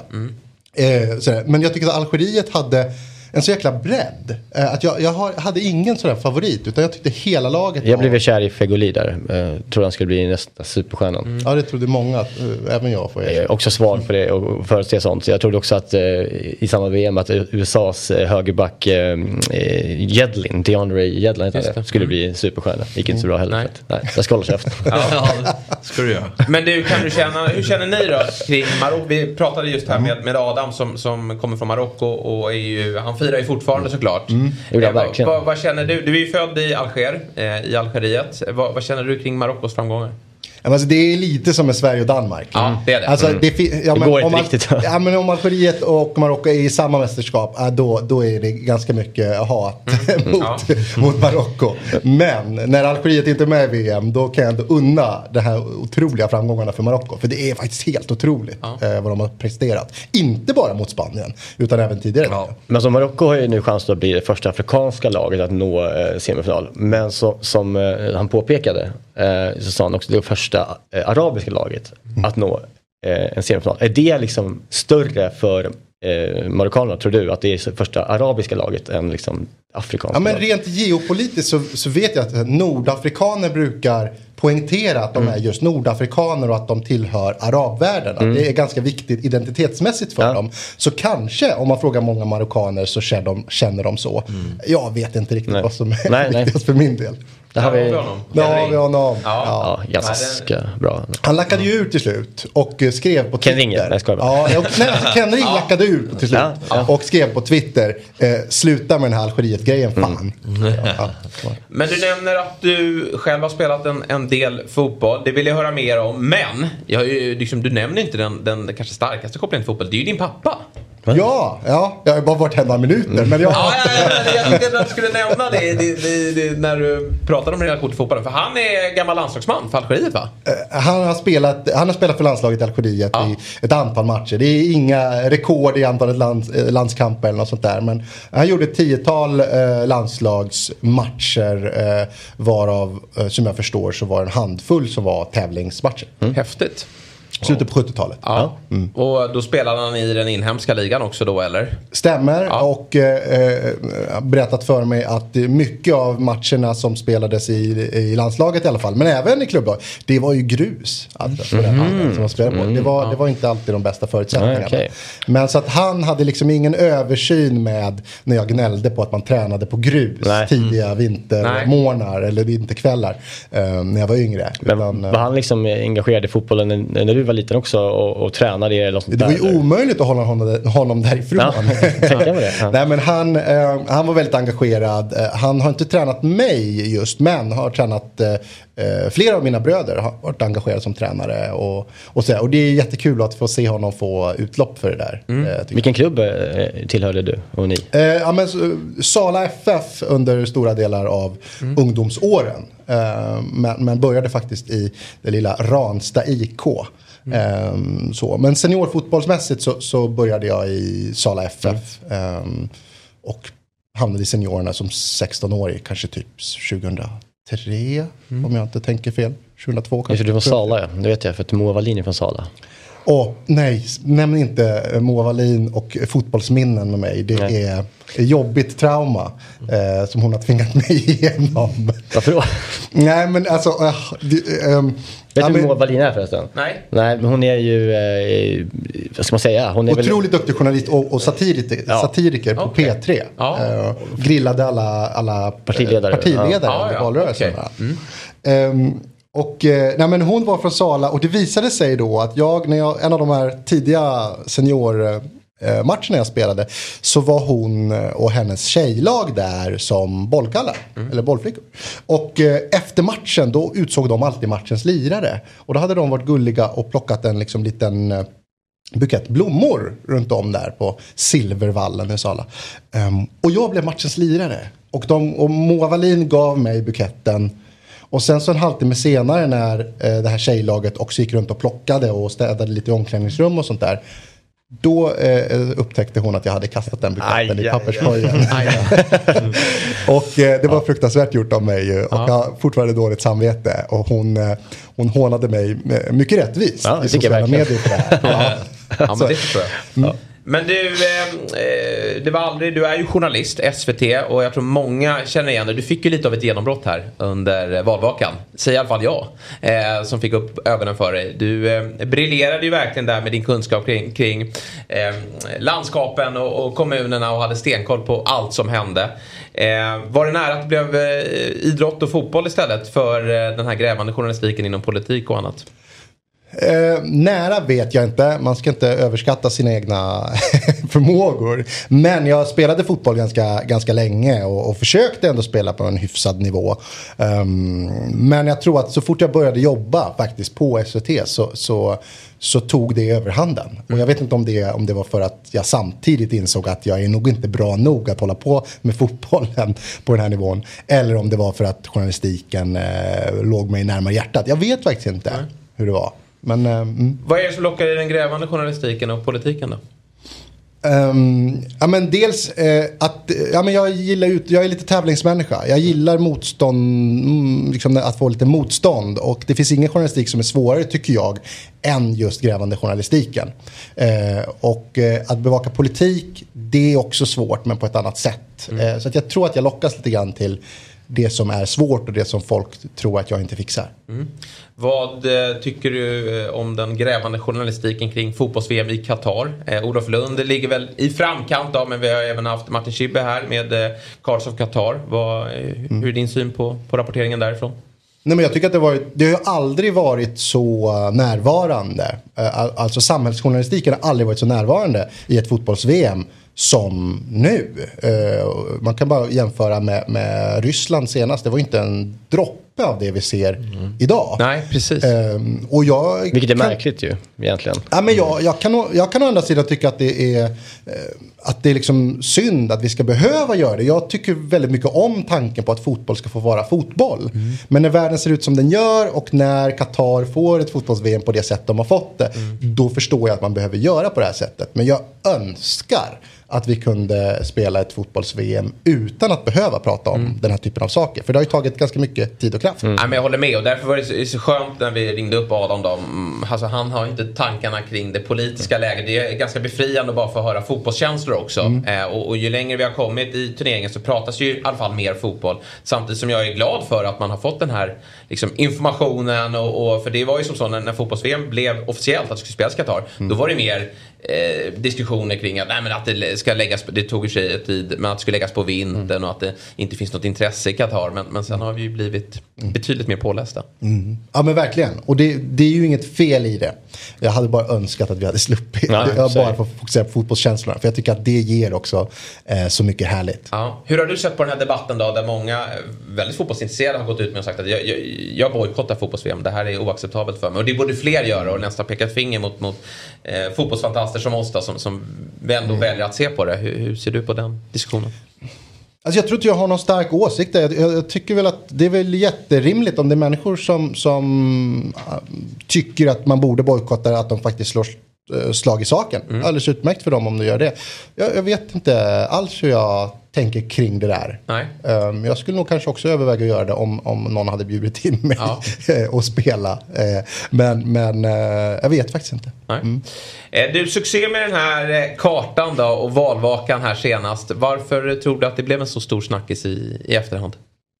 Men jag tycker att Algeriet hade en så jäkla bredd. Att jag hade ingen sån favorit, utan jag tyckte hela laget... Jag blev kär i Fegoli där. Tror han skulle bli nästa superstjärnan. Ja, det trodde många. Även jag får jag är också svag för det och förutse sånt. Så jag trodde också att i samma VM att USAs högerback Jedlin, DeAndre Jedlin skulle bli superstjärna. Gick inte så bra heller. Nej, jag ska hålla käften. Ja, ska du göra. Men du, hur känner ni då kring Marocko? Vi pratade just här med Adam som kommer från Marocko och är ju... Han firar ju fortfarande såklart. Vad känner du? Du är ju född i Algeriet. Vad känner du kring Marockos framgångar? Alltså det är lite som med Sverige och Danmark. Ja, det är det. Alltså, det går inte riktigt. Ja, men om Algeriet och Marocko är i samma mästerskap, då är det ganska mycket hat mot Marocko. Men när Algeriet inte är med i VM, då kan jag ändå unna de här otroliga framgångarna för Marocko. För det är faktiskt helt otroligt vad de har presterat. Inte bara mot Spanien, utan även tidigare. Ja. Men så Marocko har ju nu chans att bli det första afrikanska laget att nå semifinal. Men som han påpekade så sa han också det första arabiska laget att nå en semifinal. Är det liksom större för marockanerna, tror du, att det är första arabiska laget än liksom afrikanska? Ja, men rent geopolitiskt så vet jag att nordafrikaner brukar poängtera att de är just nordafrikaner och att de tillhör arabvärlden. Att det är ganska viktigt identitetsmässigt för dem. Så kanske, om man frågar många marockaner så känner de så. Jag vet inte riktigt vad som är viktigast för min del. Där har vi honom. Ja, ganska bra. Han lackade ju ut till slut och skrev på Twitter. Ken Ring lackade ut till slut och skrev på Twitter, sluta med den här Algeriet-grejen, fan. Men du nämner att du själv har spelat en del fotboll. Det vill jag höra mer om. Men jag har ju, liksom, du nämner inte den kanske starkaste kopplingen till fotboll. Det är ju din pappa. Ja, jag har bara varit hemma minuter. Men jag tyckte att du skulle nämna det när du pratade om relation till fotbollen. För han är gammal landslagsman för Algeriet, va? Han har spelat för landslaget i Algeriet i ett antal matcher. Det är inga rekord i antalet landskamper eller något sånt där. Men han gjorde ett 10-tal landslagsmatcher, varav som jag förstår så var en handfull som var tävlingsmatcher. Häftigt. Slutet på 70-talet. Ja. Och då spelade han i den inhemska ligan också då, eller? Stämmer, och berättat för mig att mycket av matcherna som spelades i landslaget i alla fall, men även i klubbar, det var ju grus alltså, för den som man spelade på. Det var inte alltid de bästa förutsättningarna. Okay. Men så att han hade liksom ingen översyn med när jag gnällde på att man tränade på grus tidiga vintermorgnar eller vinterkvällar när jag var yngre. Men var han liksom engagerad i fotbollen när du var liten också och tränade eller något sånt där? Det var ju omöjligt att hålla honom därifrån. Nej, men han var väldigt engagerad. Han har inte tränat mig just, men har tränat flera av mina bröder har varit engagerade som tränare och det är jättekul att få se honom få utlopp för det där. Vilken klubb tillhörde du och ni? Sala FF under stora delar av ungdomsåren. Men började faktiskt i det lilla Ransta IK. Men seniorfotbollsmässigt så började jag i Sala FF och hamnade i seniorerna som 16-årig, kanske typ 2003 om jag inte tänker fel. 2002 kanske. Du var Sala, det vet jag, för att Moa Wallin är från Sala. Nej, nämn inte Moa Wallin och fotbollsminnen med mig. Det är jobbigt trauma som hon har tvingat mig igenom. Varför då? Nej, men alltså... vet du Moa Wallin är förresten? Nej, men hon är ju... vad ska man säga? Hon är otroligt duktig journalist och satiriker på P3. Grillade alla partiledare under valrörelsen. Men hon var från Sala och det visade sig då att en av de här tidiga seniormatcherna jag spelade, så var hon och hennes tjejlag där som bollkallar eller bollflickor. Och efter matchen då utsåg de alltid matchens lirare och då hade de varit gulliga och plockat en liksom liten bukett blommor runt om där på Silvervallen i Sala. Och jag blev matchens lirare och Moa Wallin gav mig buketten. Och sen så en halvtimme senare när det här tjejlaget också gick runt och plockade och städade lite i omklädningsrum och sånt där, då upptäckte hon att jag hade kastat den buketten i papperskorgen. Och det var fruktansvärt gjort av mig. Och jag har fortfarande dåligt samvete. Och hon hånade mig mycket rättvist i sociala medier för det här. Men det förstår jag. Men du, du är ju journalist, SVT, och jag tror många känner igen det. Du fick ju lite av ett genombrott här under valvakan. Säg i alla fall jag, som fick upp ögonen för dig. Du briljerade ju verkligen där med din kunskap kring landskapen och kommunerna och hade stenkoll på allt som hände. Var det nära att det blev idrott och fotboll istället för den här grävande journalistiken inom politik och annat? Nära vet jag inte. Man ska inte överskatta sina egna förmågor. Men jag spelade fotboll ganska länge och försökte ändå spela på en hyfsad nivå. Men jag tror att så fort jag började jobba faktiskt på SVT så tog det överhanden. Och jag vet inte om det var för att jag samtidigt insåg att jag är nog inte bra nog att hålla på med fotbollen på den här nivån. Eller om det var för att journalistiken låg mig närmare hjärtat. Jag vet faktiskt inte hur det var. Men, vad är det som lockar i den grävande journalistiken och politiken då? Men dels att jag är lite tävlingsmänniska. Jag gillar motstånd, liksom att få lite motstånd, och det finns ingen journalistik som är svårare tycker jag än just grävande journalistiken. Och att bevaka politik, det är också svårt men på ett annat sätt. Så att jag tror att jag lockas lite grann till det som är svårt och det som folk tror att jag inte fixar. Vad tycker du om den grävande journalistiken kring fotbolls-VM i Qatar? Olof Lund ligger väl i framkant men vi har även haft Martin Schibbye här med Cards of Qatar. Hur är din syn på rapporteringen därifrån? Nej, men jag tycker att det har ju aldrig varit så närvarande. Alltså samhällsjournalistiken har aldrig varit så närvarande i ett fotbolls-VM som nu. Man kan bara jämföra med Ryssland senast. Det var inte en droppe av det vi ser idag. Nej, precis. Vilket är märkligt ju, egentligen. Ja, men jag kan å andra sidan tycka att det är liksom synd att vi ska behöva göra det. Jag tycker väldigt mycket om tanken på att fotboll ska få vara fotboll. Men när världen ser ut som den gör och när Qatar får ett fotbolls-VM på det sätt de har fått det, då förstår jag att man behöver göra på det här sättet. Men jag önskar att vi kunde spela ett fotbolls-VM utan att behöva prata om den här typen av saker. För det har ju tagit ganska mycket tid och kraft. Ja, men jag håller med, och därför var det så skönt när vi ringde upp Adam då. Alltså, han har inte tankarna kring det politiska läget. Det är ganska befriande att bara få höra fotbollskänslor också. Och ju längre vi har kommit i turneringen så pratas ju i alla fall mer fotboll. Samtidigt som jag är glad för att man har fått den här liksom, informationen. Och för det var ju som så när fotbolls-VM blev officiellt att det skulle spelas i Qatar. Då var det mer diskussioner kring att det ska läggas, det tog ju sig ett tid, men att det skulle läggas på vintern och att det inte finns något intresse i Qatar, men sen har vi ju blivit betydligt mer pålästa. Ja, men verkligen, och det är ju inget fel i det. Jag hade bara önskat att vi hade sluppit. Jag bara får fokusera på fotbollskänslorna, för jag tycker att det ger också så mycket härligt. Ja. Hur har du sett på den här debatten då, där många väldigt fotbollsintresserade har gått ut med och sagt att jag bojkottar fotbolls-VM, det här är oacceptabelt för mig, och det borde fler göra, och nästan peka finger mot fotbollsfantaster som oss då, som vi ändå väljer att se på det. Hur ser du på den diskussionen? Alltså jag tror inte jag har någon stark åsikt. Jag tycker väl att det är väl jätterimligt om det är människor som tycker att man borde bojkotta, att de faktiskt slår slag i saken. Alldeles utmärkt för dem om de gör det. Jag vet inte alls hur jag tänker kring det där. Nej. Jag skulle nog kanske också överväga att göra det om någon hade bjudit in mig och spela. Men jag vet faktiskt inte. Du, succé med den här kartan då och valvakan här senast. Varför tror du att det blev en så stor snackis i efterhand?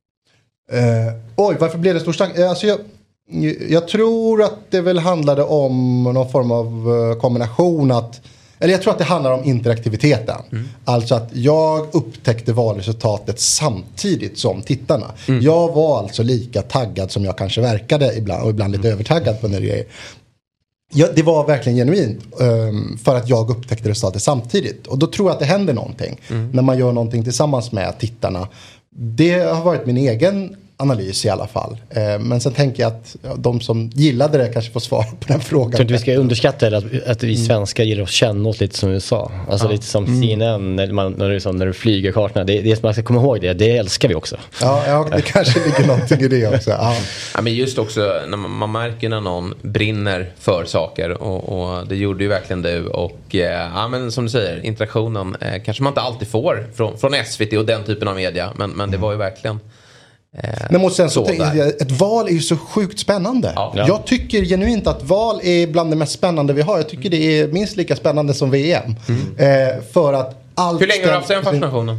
Varför blev det stor snackis? Alltså jag tror att det väl handlade om någon form av kombination eller jag tror att det handlar om interaktiviteten. Alltså att jag upptäckte valresultatet samtidigt som tittarna. Jag var alltså lika taggad som jag kanske verkade ibland, och ibland lite övertaggad på när det är. Det var verkligen genuint för att jag upptäckte resultatet samtidigt. Och då tror jag att det händer någonting när man gör någonting tillsammans med tittarna. Det har varit min egen analys i alla fall. Men sen tänker jag att de som gillade det kanske får svar på den frågan. Jag tror inte vi ska underskatta att vi svenskar gillar att känna oss lite som USA. Alltså lite som CNN när du flyger kartorna. Det man ska komma ihåg det älskar vi också. Ja, det kanske ligger någonting i det också. Ja, men just också när man märker när någon brinner för saker, och det gjorde ju verkligen du, och men som du säger, interaktionen kanske man inte alltid får från SVT och den typen av media, men det var ju verkligen men sen så ett val är ju så sjukt spännande. Jag tycker genuint att val är bland det mest spännande vi har. Jag tycker det är minst lika spännande som VM. För att allt. Hur länge har du haft den fascinationen?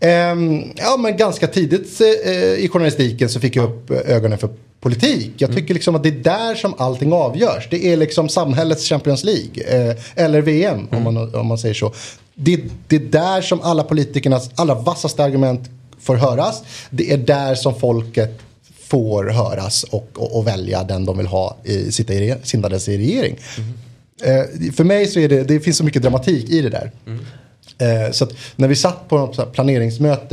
Men ganska tidigt i journalistiken så fick jag upp ögonen för politik. Jag tycker liksom att det är där som allting avgörs. Det är liksom samhällets Champions League eller VM om man säger så. Det är där som alla politikernas allra vassaste argument får höras. Det är där som folket får höras och välja den de vill ha sittandes i regering. För mig så är det finns så mycket dramatik i det där. Så att när vi satt på något planeringsmöte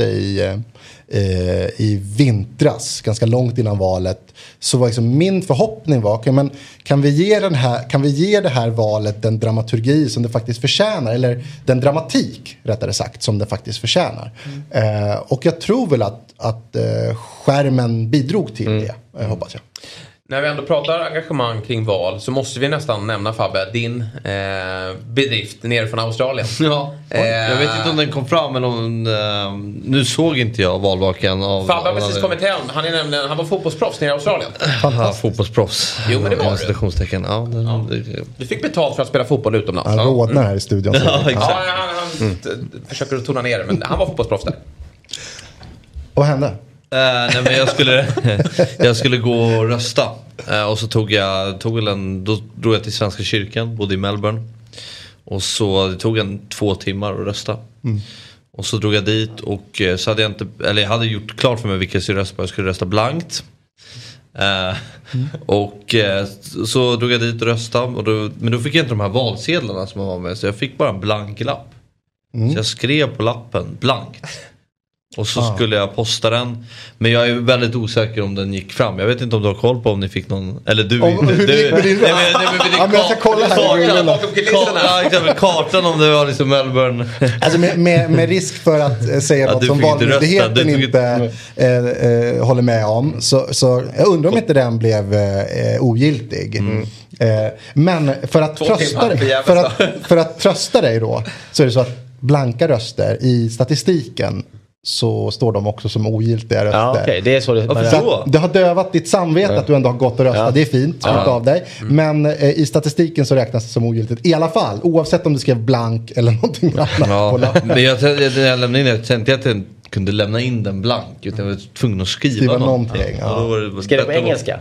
i vintras, ganska långt innan valet, så var liksom min förhoppning men kan vi ge det här valet den dramaturgi som det faktiskt förtjänar, eller den dramatik rättare sagt som det faktiskt förtjänar. Och jag tror väl att skärmen bidrog till det, hoppas jag. När vi ändå pratar engagemang kring val så måste vi nästan nämna, Fabbe, din bedrift nere från Australien. Ja, jag vet inte om den kom fram eller om nu såg inte jag valvakan av. Fabbe har precis kommit hem. Han var fotbollsproffs nere i Australien. Fotbollsproffs. Jo, men det var du. Du fick betalt för att spela fotboll utomlands. Han rådnar här i studion. Han försöker att tona ner det, men han var fotbollsproffs där. Vad hände? Nej, men jag skulle gå och rösta. Och så då drog jag till Svenska kyrkan, bodde i Melbourne. Och så det tog 2 timmar att rösta. Och så drog jag dit och så hade jag hade gjort klart för mig vilka jag skulle rösta på. Jag skulle rösta blankt. Och så drog jag dit och röstade. Men då fick jag inte de här valsedlarna som man var med. Så jag fick bara en blank lapp. Så jag skrev på lappen blankt. Och så skulle jag posta den. Men jag är väldigt osäker om den gick fram. Jag vet inte om du har koll på om ni fick någon. Eller du men jag ska kolla här. Kartan om det var liksom Melbourne. Alltså med risk för att säga något som valmyndigheten inte håller med om. Så jag undrar om inte den blev ogiltig. Men för att trösta dig då. Så är det så att blanka röster i statistiken så står de också som ogiltiga röster. Ja, okay. Det är så det har dövat ditt samvete att du ändå har gått och röstat. Ja. Det är fint av dig. Men i statistiken så räknas det som ogiltigt. I alla fall, oavsett om du skrev blank eller någonting annat på lappen. Men jag lämnade in det. Jag tänkte att jag kunde lämna in den blank. Utan jag var tvungen att skriva någonting. Skrev på engelska?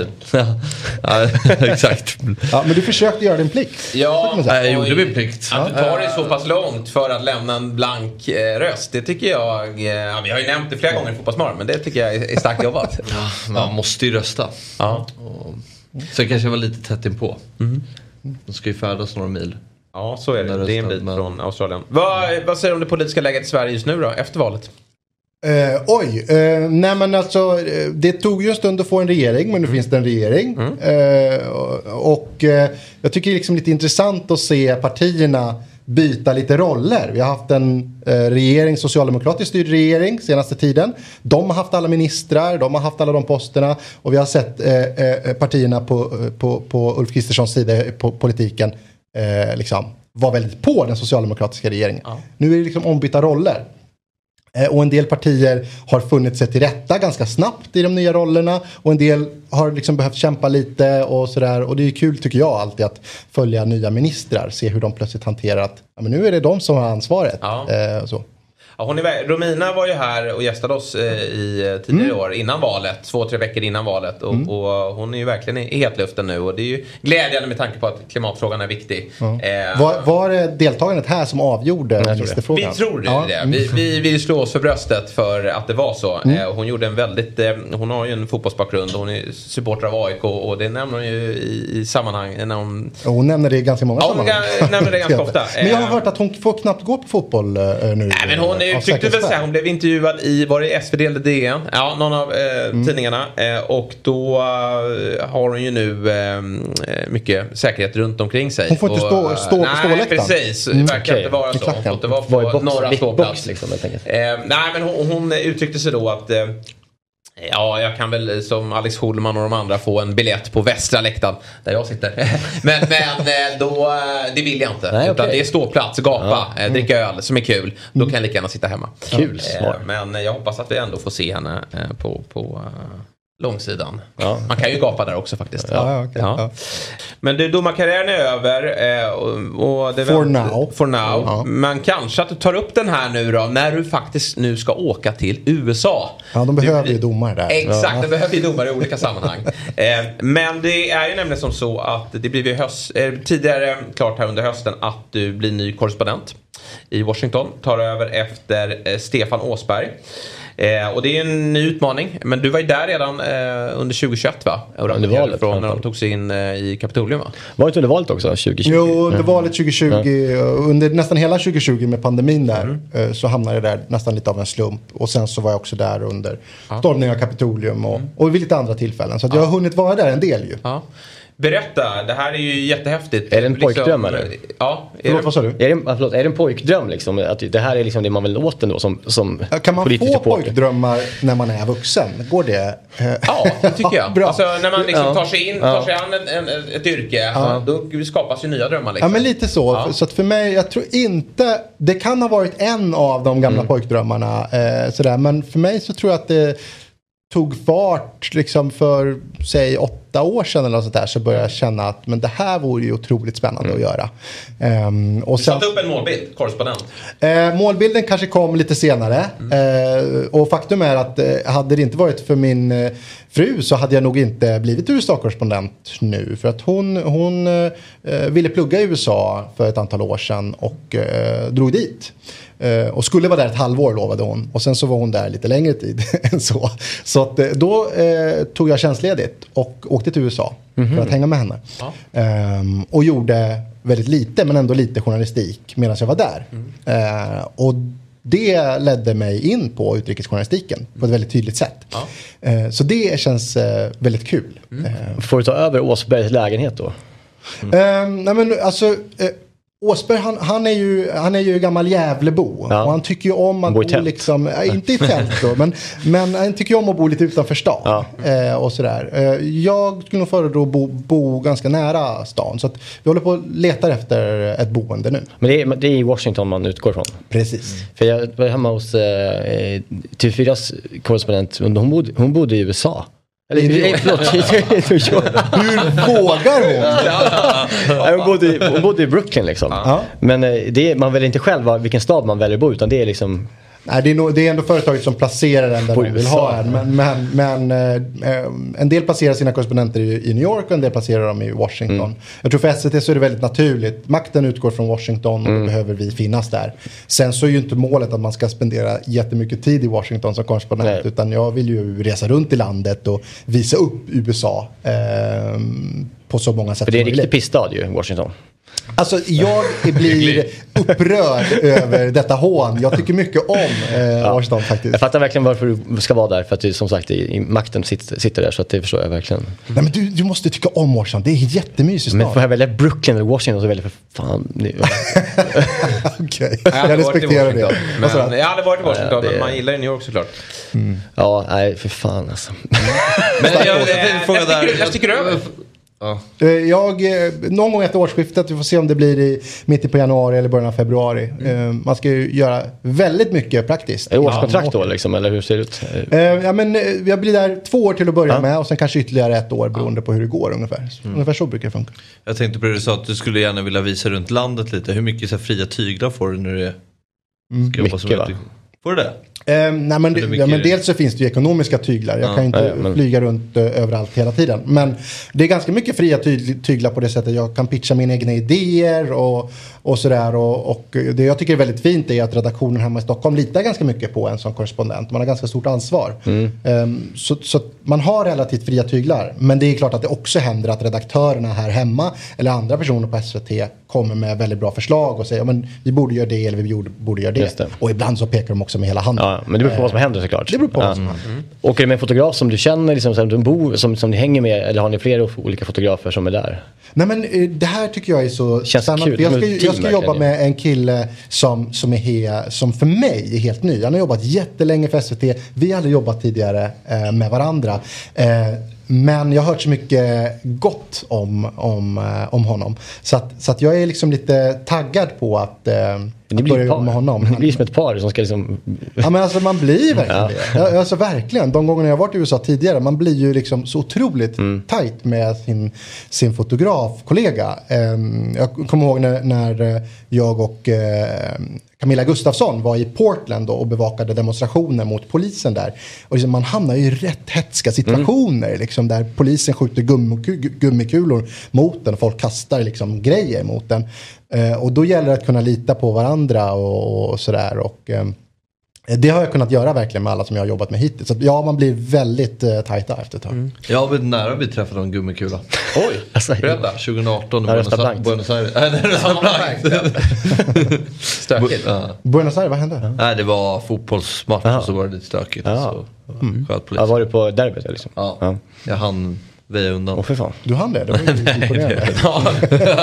Exakt. Men du försökte göra din plikt. Jag gjorde min plikt. Att du tar det så pass långt för att lämna en blank röst, det tycker jag. Vi har ju nämnt det flera gånger i Fotbollsmorgon, men det tycker jag är starkt jobbat. Man måste ju rösta. Så kanske jag var lite tätt inpå. De ska ju färdas några mil. Ja, så är det. Det är en bit från Australien. Vad säger du om det politiska läget i Sverige just nu då, efter valet? Nej men alltså det tog ju en stund att få en regering, men nu finns det en regering. Och jag tycker det är liksom lite intressant att se partierna byta lite roller. Vi har haft en socialdemokratiskt styrd regering senaste tiden. De har haft alla ministrar, de har haft alla de posterna, och vi har sett partierna på Ulf Kristerssons sida på politiken liksom var väldigt på den socialdemokratiska regeringen. Nu är det liksom ombytta roller. Och en del partier har funnit sig till rätta ganska snabbt i de nya rollerna, och en del har liksom behövt kämpa lite och sådär. Och det är kul, tycker jag, alltid att följa nya ministrar, se hur de plötsligt hanterar att men nu är det de som har ansvaret. Och så. Ja, Romina var ju här och gästade oss i tidigare år innan valet, 2-3 veckor innan valet, och hon är ju verkligen i hetluften nu, och det är ju glädjande med tanke på att klimatfrågan är viktig. Var det deltagandet här som avgjorde ministerfrågan? Vi tror det. Vi vill slå oss för bröstet för att det var så. Hon gjorde hon har ju en fotbollsbakgrund, hon är supporter av AIK, och det nämner hon ju i sammanhang hon nämner det i ganska många sammanhang. Hon nämner det ganska ofta. Men jag har hört att hon får knappt gå på fotboll nu. Nej, men hon uttryckte väl hon blev intervjuad i, var det SvD eller DN? Ja, någon av tidningarna. Och då har hon ju nu mycket säkerhet runt omkring sig. Hon får inte stå på ståläktaren. Nej, precis. Det verkar inte vara så. Hon får inte vara på några ståplats. Liksom, nej, men hon uttryckte sig då att jag kan väl som Alex Schulman och de andra få en biljett på västra läktaren där jag sitter. men då, det vill jag inte. Nej, utan det är ståplats, gapa, dricka öl som är kul. Då kan jag lika gärna sitta hemma. Kul, smart. Men jag hoppas att vi ändå får se henne på långsidan. Man kan ju gapa där också faktiskt. Men domarkarriären är över. Och det for now. Men kanske att du tar upp den här nu då, när du faktiskt nu ska åka till USA. Ja, de behöver ju domare där. Exakt, de behöver ju domare i olika sammanhang. Men det är ju nämligen som så att det blir tidigare klart här under hösten att du blir ny korrespondent i Washington. Tar över efter Stefan Åsberg. Och det är en ny utmaning. Men du var ju där redan under 2021, va? Under valet. När de tog sig in i Kapitolium, va? Var det inte under valet också, 2020? Jo, under valet 2020. Under nästan hela 2020 med pandemin där så hamnade jag där nästan lite av en slump. Och sen så var jag också där under stormningen av Kapitolium och vid lite andra tillfällen. Så att jag har hunnit vara där en del ju. Berätta, det här är ju jättehäftigt. Är det en pojkdröm eller? Ja. Vad sa du? Är det en pojkdröm liksom? Att det här är liksom det man vill åt ändå som kan man få pojkdrömmar när man är vuxen? Går det? Ja, det tycker jag. Bra. Alltså när man liksom tar sig an ett yrke, då skapas ju nya drömmar liksom. Ja, men lite så. Så att för mig, jag tror inte, det kan ha varit en av de gamla pojkdrömmarna sådär, men för mig så tror jag att det tog fart liksom för säg år sedan eller något sånt där, så började jag känna att men det här vore ju otroligt spännande att göra. Och du satte upp en målbild, korrespondent. Målbilden kanske kom lite senare. Och faktum är att hade det inte varit för min fru så hade jag nog inte blivit USA-korrespondent nu. För att hon ville plugga i USA för ett antal år sedan och drog dit. Och skulle vara där ett halvår, lovade hon. Och sen så var hon där lite längre tid än så. Så att, då tog jag tjänstledigt och åkte till USA för att hänga med henne. Och gjorde väldigt lite, men ändå lite journalistik medan jag var där. Och det ledde mig in på utrikesjournalistiken på ett väldigt tydligt sätt. Så det känns väldigt kul. Får du ta över Åsbergs lägenhet då? Nej men alltså... Åsberg han är ju gammal Gävlebo och han tycker ju om att bo liksom, inte i tält då, men han tycker ju om att bo lite utanför stan och sådär. Jag skulle nog föredra att bo ganska nära stan, så att vi håller på och letar efter ett boende nu. Men det är i Washington man utgår från? Precis. För jag var hemma hos TV4s korrespondent, hon bodde i USA. Eller, hur vågar hon? Hon bodde i Brooklyn liksom. Men man väljer inte själv vilken stad man väljer att bo, utan det är liksom... Nej, det är ändå företaget som placerar den där man vill ha en. Men en del placerar sina korrespondenter i New York och en del placerar dem i Washington. Jag tror för SVT så är det väldigt naturligt. Makten utgår från Washington och då behöver vi finnas där. Sen så är ju inte målet att man ska spendera jättemycket tid i Washington som korrespondent, utan jag vill ju resa runt i landet och visa upp USA på så många sätt. För det är en riktig pissstad ju, Washington. Alltså jag blir upprörd över detta hån. Jag tycker mycket om Washington faktiskt. Jag fattar verkligen varför du ska vara där. För att du som sagt i makten sitter där. Så att det förstår jag verkligen. Nej men du måste tycka om Washington. Det är jättemysigt. Men får jag välja Brooklyn eller Washington så väljer för fan. Okej, jag respekterar det. Men jag hade varit i Washington, men man gillar i New York såklart. Ja, nej för fan alltså. Men jag sticker över. Någon gång efter årsskiftet, vi får se om det blir i mitten på januari eller början av februari. Man ska ju göra väldigt mycket praktiskt. Är årskontrakt då liksom, eller hur ser det ut? Ja, men jag blir där 2 år till att börja med och sen kanske ytterligare 1 år beroende på hur det går ungefär. Ungefär så brukar det funka. Jag tänkte på det du sa att du skulle gärna vilja visa runt landet lite. Hur mycket så här fria tyglar får du när du ska jobba som va? Får du det? Nej, men dels så finns det ju ekonomiska tyglar. Jag kan inte flyga runt överallt hela tiden. Men det är ganska mycket fria tyglar på det sättet. Jag kan pitcha mina egna idéer och sådär. Och det jag tycker är väldigt fint är att redaktionen hemma i Stockholm litar ganska mycket på en som korrespondent. Man har ganska stort ansvar. Så man har relativt fria tyglar. Men det är klart att det också händer att redaktörerna här hemma eller andra personer på SVT kommer med väldigt bra förslag och säger men vi borde göra det eller vi borde göra det. Och ibland så pekar de också med hela handen. Ja, men det beror på vad som händer såklart. Det beror på vad som händer. Åker du med en fotograf som du känner liksom, som ni hänger med, eller har ni flera olika fotografer som är där? Nej men det här tycker jag är så kul. Jag ska jobba med en kille som för mig är helt ny. Han har jobbat jättelänge för SVT. Vi hade jobbat tidigare med varandra. Men jag har hört så mycket gott om honom. Så att jag är liksom lite taggad på att börja jobba med honom. Det blir som ett par som ska liksom... Ja men alltså man blir verkligen det. Alltså verkligen. De gångerna jag har varit i USA tidigare. Man blir ju liksom så otroligt tajt med sin fotografkollega. Jag kommer ihåg när jag och Camilla Gustafsson var i Portland och bevakade demonstrationer mot polisen där. Och liksom man hamnar i rätt hetska situationer liksom, där polisen skjuter gummikulor mot den och folk kastar liksom grejer mot den. Och då gäller det att kunna lita på varandra och sådär. Och det har jag kunnat göra verkligen med alla som jag har jobbat med hittills. Så ja, man blir väldigt tajta efter ett tag. Jag har blivit nära att vi träffade en gummikula. Oj, berätta. 2018 i Buenos Aires. Stökigt. Buenos Aires, vad hände? Nej, det var fotbollsmatch och så var det lite stökigt. Så var du på derbyt liksom? Ja. Jag hann väja undan. För fan. Du hann det? Det var ju imponerande.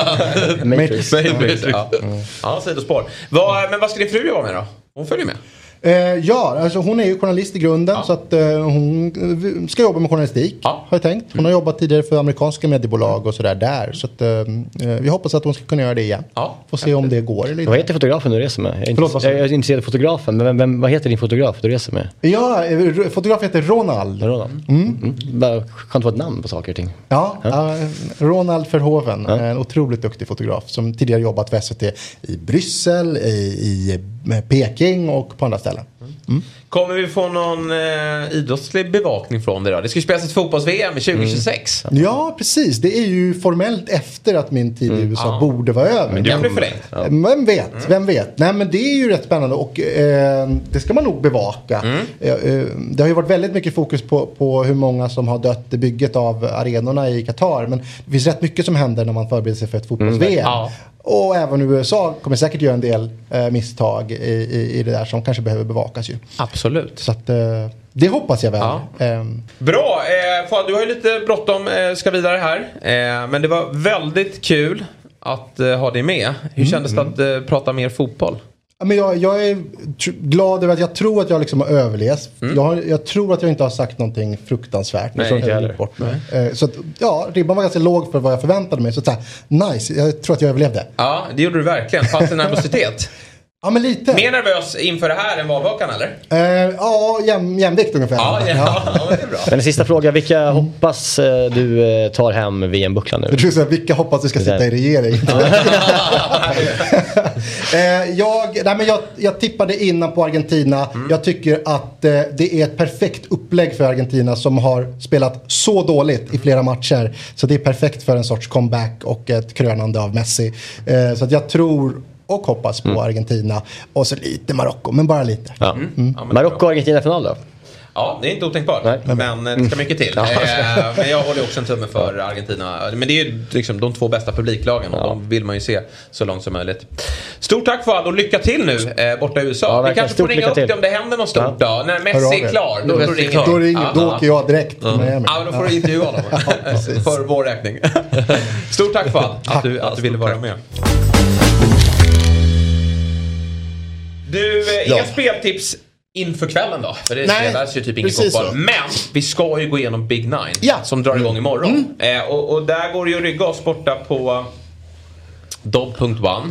Matrix. Ja, sidospår. Men vad ska din fru jobba med då? Hon följer med. Ja, alltså hon är ju journalist i grunden så att hon ska jobba med journalistik har jag tänkt. Hon har jobbat tidigare för amerikanska mediebolag och sådär där. Så att vi hoppas att hon ska kunna göra det igen. Får se om det går eller inte. Vad heter fotografen du reser med? Jag är intresserad av fotografen, men vad heter din fotograf du reser med? Ja, fotograf heter Ronald. Kan det vara ett namn på saker och ting? Ja, Ronald Verhoeven, en otroligt duktig fotograf som tidigare jobbat för SVT i Bryssel, i Peking och på andra ställen. Kommer vi få någon idrottslig bevakning från det då? Det ska ju spelas ett fotbolls-VM i 2026. Ja, precis. Det är ju formellt efter att min tid i USA borde vara över. Men det kan bli förlängt. Vem vet? Nej, men det är ju rätt spännande och det ska man nog bevaka. Det har ju varit väldigt mycket fokus på hur många som har dött i bygget av arenorna i Qatar. Men det finns rätt mycket som händer när man förbereder sig för ett fotbolls-VM. Och även USA kommer säkert göra en del misstag i det där som kanske behöver bevakas ju. Absolut. Så att, det hoppas jag väl. Bra, du har ju lite bråttom, ska vidare här. Men det var väldigt kul att ha dig med. Hur kändes det att prata mer fotboll? Men jag är glad över att jag tror att jag liksom har överlevt. Jag tror att jag inte har sagt någonting fruktansvärt. Så att, ribban var ganska låg för vad jag förväntade mig. Så att, nice, jag tror att jag överlevde. Ja, det gjorde du verkligen. Fanns det nervositet? Ja, men lite. Mer nervös inför det här än valvakan, eller? Jämvikt ungefär. Ja, det är bra. Men en sista fråga, vilka hoppas du tar hem VM-bucklan nu? Jag tror så, vilka hoppas du ska sitta i regering? Jag tippade innan på Argentina. Jag tycker att det är ett perfekt upplägg för Argentina som har spelat så dåligt i flera matcher. Så det är perfekt för en sorts comeback och ett krönande av Messi. Så att jag tror och hoppas på Argentina. Och så lite Marocko, men bara lite. Marocko och Argentina-final då? Ja, det är inte otänkbart. Men det ska mycket till. Men jag håller också en tumme för Argentina. Men det är ju liksom de två bästa publiklagen. Och de vill man ju se så långt som möjligt. Stort tack för allt och lycka till nu borta i USA. Vi kanske får ringa upp dig om det händer något stort då. När Messi är klar, då åker jag direkt. Då får du intervjua honom. För vår räkning. Stort tack för allt att du ville vara med. Du, inga speltips inför kvällen då? För det spelas ju typ ingen fotboll. Men vi ska ju gå igenom Big Nine som drar igång imorgon. Och där går det ju att rygga oss borta på dobb.one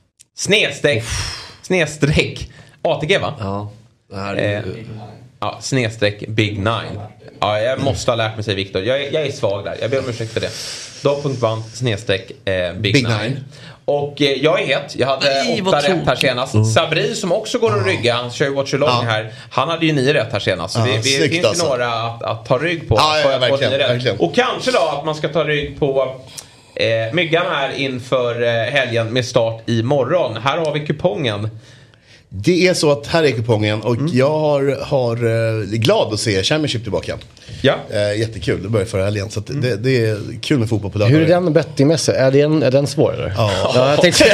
snedstreck ATG, va? Ja, det här är snedstreck Big Nine. Ja, jag måste ha lärt mig, säger Viktor. Jag är svag där. Jag ber om ursäkt för det. dobb.one snedstreck Big Nine. Och jag är het. Jag hade 8 rätt här senast. Sabri som också går att rygga, han kör ju Watch Along här. Han hade ju 9 rätt här senast. Så det finns ju några att ta rygg på. Verkligen. Och kanske då att man ska ta rygg på Myggan här inför helgen med start imorgon. Här har vi kupongen. Det är så att här är kupongen och jag har glad att se Championship tillbaka. Ja. Jättekul, det börjar förra helgen. Så att det är kul med fotboll på dagar. Hur är den bettingmässig? Är den svår eller? Ja, jag tänkte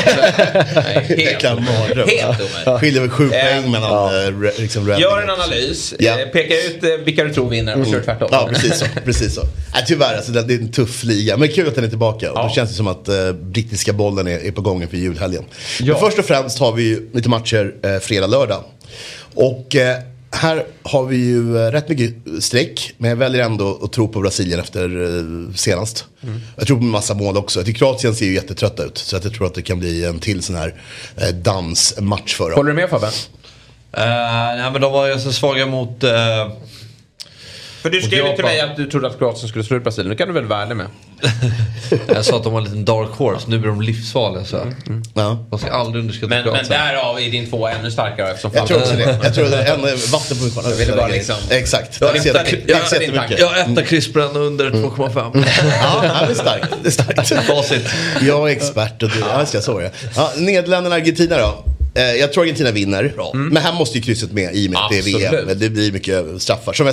helt skiljer väl 7 poäng mellan liksom gör en analys, peka ut vilka du tror vinner och kör tvärtom. Ja, precis så. Tyvärr, alltså, det är en tuff liga. Men kul att den är tillbaka. Och då känns det som att brittiska bollen är på gången för julhelgen. Men först och främst har vi ju lite matcher fredag, lördag. Och här har vi ju rätt mycket streck. Men jag väljer ändå att tro på Brasilien efter senast. Jag tror på en massa mål också. Jag tycker Kroatien ser ju jättetrötta ut. Så att jag tror att det kan bli en till sån här dansmatch för dem. Håller du med, Fabben? Nej, men de var ju så svaga mot... För du skrev ju till mig att du trodde att Kroatien skulle slå ut Brasilien. Nu kan du väl vara ärlig med. Jag sa att de var en liten dark horse. Nu blir de livsfarliga. Så. Man ska aldrig underskatta Kroatien. Men därav är din 2 ännu starkare. Jag tror också det. Jag tror det är en vatten på utmaning. Jag ville bara liksom... Exakt. Jag äter krispbränn under 2,5. Ja, det är starkt. Facit. Jag är expert och jag ska så. Nederländerna, Argentina då. Jag tror Argentina vinner. Men här måste ju krysset med i och med att det är VM. Det blir mycket straffar som vi har sett.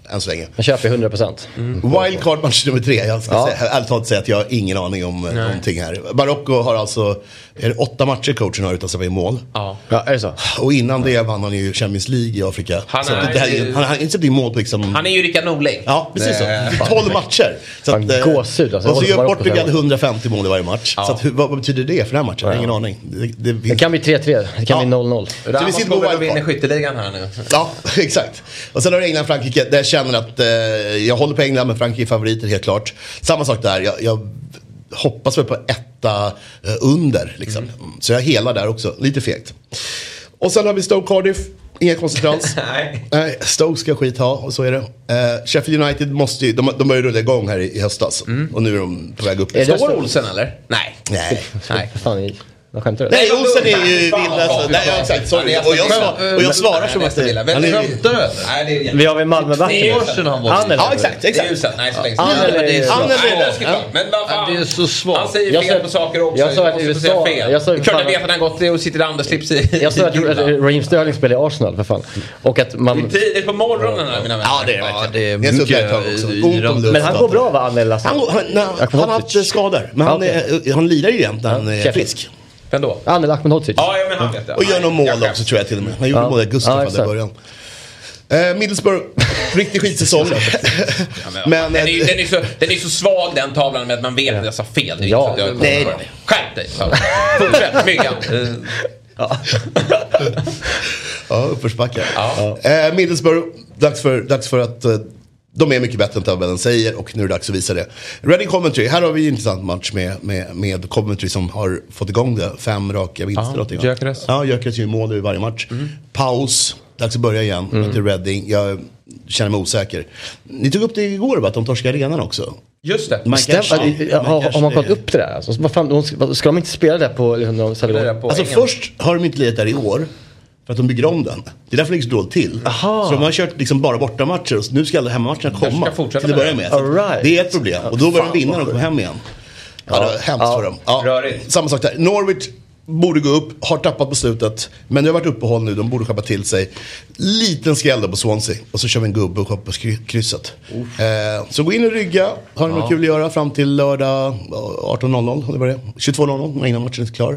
än så länge. Jag köper 100%. Wildcard match nummer 3. Jag ska ärligt talat säga att jag har ingen aning om någonting här. Marocko har alltså 8 matcher coachen har utan sig i mål. Ja, är det så? Och innan det vann han ju Champions League i Afrika. Han har inte sett i mål på liksom... Han är ju Rickard Norling. Ja, precis så. 12 matcher. Så att, gåshud, alltså. Och så gör Portugal 150 mål i varje match. Så att, vad betyder det för den här matchen? Jag har ingen aning. Det kan bli 3-3. Det kan bli 0-0. Så vi sitter på vinner skytteligan här nu. Ja, exakt. Och sen har du England-Frankrike. Där jag känner att jag håller på England, men Frankrike är favoriter helt klart. Samma sak där. Jag hoppas väl på etta under liksom. Så jag helar där också. Lite fegt. Och sen har vi Stoke Cardiff. Inga konstigt alls. Nej, Stoke ska skit ha, och så är det. Sheffield United måste ju, de började rulla igång här i höstas. Och nu är de på väg upp. Är det Står Olsen eller? Nej. Fan, vad skämtar du? Nej, Olsen är ju vilda. Nej, exakt. Sorry. Och jag svarar som att det vem skämtar du eller? Vi har väl Malmöbacken. Ja, exakt. Nej, så länge. Men vad fan. Det är så svårt. Han säger fel på saker också. Jag sa att USA... Kunde veta att han gått och sitter i andra slips i. Jag sa att Raheem Sterling spelar i Arsenal, för fan. Och att man... Det är på morgonen här, mina vänner. Ja, det är verkligen. Det är mycket. Men han går bra, va? Han har haft skador. Men han lirar ju jämt när han är frisk. Vem då? Anel Ahmedhodzic. Ja, men han vet det. Och gör någon mål också, tror jag till och med. Han gjorde mål i augusti i början. Middlesbrough, riktig skitsäsong. Men den är så svag, den tavlan, med att man vet att jag sa fel. Nej. Skärp dig. Fortsätt, Myggan. Ja, uppförsbacka. Middlesbrough, dags för att de är mycket bättre än tabellen säger, och nu är det dags att visa det. Reading Coventry, här har vi en intressant match med Coventry som har fått igång det. 5 raka vinster. Gyökeres gör mål i varje match. Paus, dags att börja igen till Reading. Jag känner mig osäker. Ni tog upp det igår, va? Att de torskar arenan också. Just det. Har man kollat upp det där? Alltså, vad fan, ska de inte spela där på... Alltså först har de inte lirat där i år. För att de bygger om den. Det är därför det ligger så dåligt till. Så de har kört liksom bara bortamatcher. Och nu ska alla hemmamatcherna komma till att börja med. Det är ett problem. Och då börjar de vinna och komma hem igen. Ja, det var hemskt för dem. Samma sak där. Norwich borde gå upp. Har tappat på slutet. Men det har varit uppehåll nu. De borde skappa till sig. Liten skräll på Swansea. Och så kör vi en gubbe och skapar krysset. Så gå in och rygga. Har ni något kul att göra fram till lördag 18.00. Det var det. 22.00 innan matchen är klar.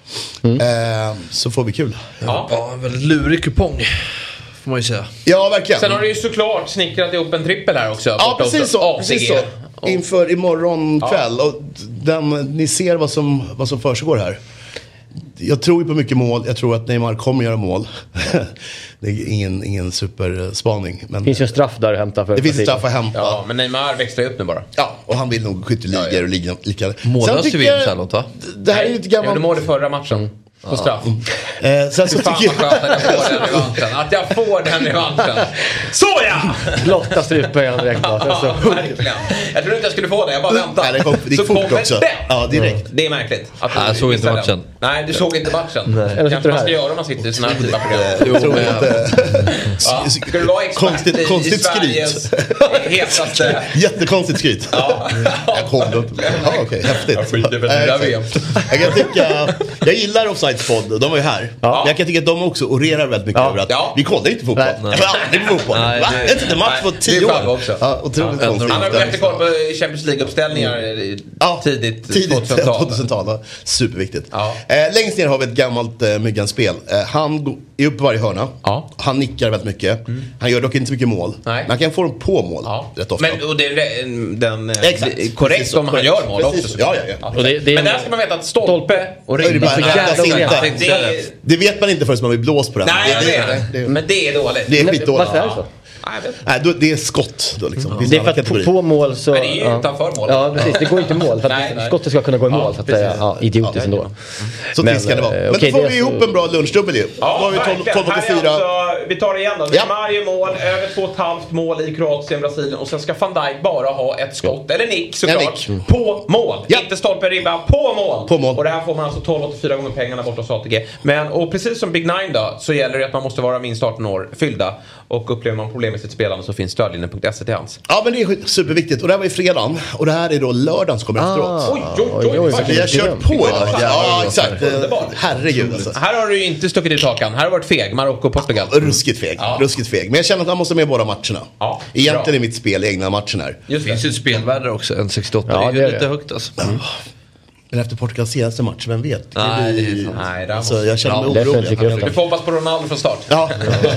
Så får vi kul. Väldigt lurig kupong, får man ju säga. Ja, verkligen. Sen har du ju såklart snickrat ihop en trippel här också. Ja, precis så. Inför imorgon kväll. Och ni ser vad som försiggår här. Jag tror ju på mycket mål. Jag tror att Neymar kommer göra mål. Det är ingen superspaning. Men det finns ju en straff där att hämta. Det finns en straff att hämta. Ja, men Neymar växlar upp nu bara. Ja, och han vill nog skytteligor och liknande. Målös vi in så här långt, va? Det här är ju ett gammalt... Det mål i förra matchen. På straff. Sen så tycker jag att jag får den revanschen. Så ja! Blotta strupen direkt. Verkligen. Jag trodde inte jag skulle få det. Jag bara väntade. Nej, det gick fort också. Ja, direkt. Det är märkligt. Jag såg inte matchen. Nej, du såg inte matchen. Kanske man ska göra om man sitter i såna här typ av program. Ska du vara expert i Sveriges hetaste... Jättekonstigt skryt. Jag kom då inte. Ja, okej. Häftigt. Jag kan tycka... Jag gillar Offsides-podd, de var ju här. Jag kan tycka att de också orerar väldigt mycket över att vi kollar inte fotboll. Jag var aldrig på fotboll. Jag har inte match på 10 år. Han har bättre koll på Champions League-uppställningar tidigt 2000-tal. Superviktigt. Längst ner har vi ett gammalt Myggan-spel. Han är uppe varje hörna. Han nickar väldigt mycket. Han gör dock inte så mycket mål. Men han kan få dem på mål rätt ofta. Men och det är korrekt om han gör mål också. Men där ska man veta att stolpe och det vet man inte förrän man blir blåst på den. Men det är dåligt. Det är skitdåligt. Varför är det så? Nej, det är skott då liksom. Det är för att på mål så... Men det är ju utanför mål. Ja, precis. Det går inte i mål. För att skottet ska kunna gå i mål. Så att det är idiotiskt ändå. Så det ska det vara. Men då får vi ihop en bra lunchdubbel ju. Då har vi 12-84. Vi tar det igen då. Neymar gör mål. Över 2,5 mål i Kroatien, Brasilien. Och sen ska Van Dijk bara ha ett skott. Eller nick såklart. På mål. Inte stolpe, ribba. På mål. Och det här får man alltså 12,84 gånger pengarna bort hos ATG. Och precis som Big Nine då, så gäller det att man måste vara minst 18 år fyllda. Och upplever man problem med sitt spelande så finns stödlinjen.se till hands. Ja, men det är superviktigt. Och det här var i fredagen. Och det här är då lördagen som kommer efteråt. Oj. Vi har kört på idag. Ja, exakt. Herregud alltså. Här har du ju inte stuckit i takan. Här har varit feg. Marocko och Portugal. ruskigt feg. Men jag känner att man måste med båda matcherna. Egentligen är mitt spel egna matchen här. Det finns ju ett spelvärde också, 1,68. Ja, det är lite högt alltså. Men efter Portugals senaste match, vem vet? Nej, alltså, jag känner mig orolig. Du får hoppas på Ronaldo från start. Ja.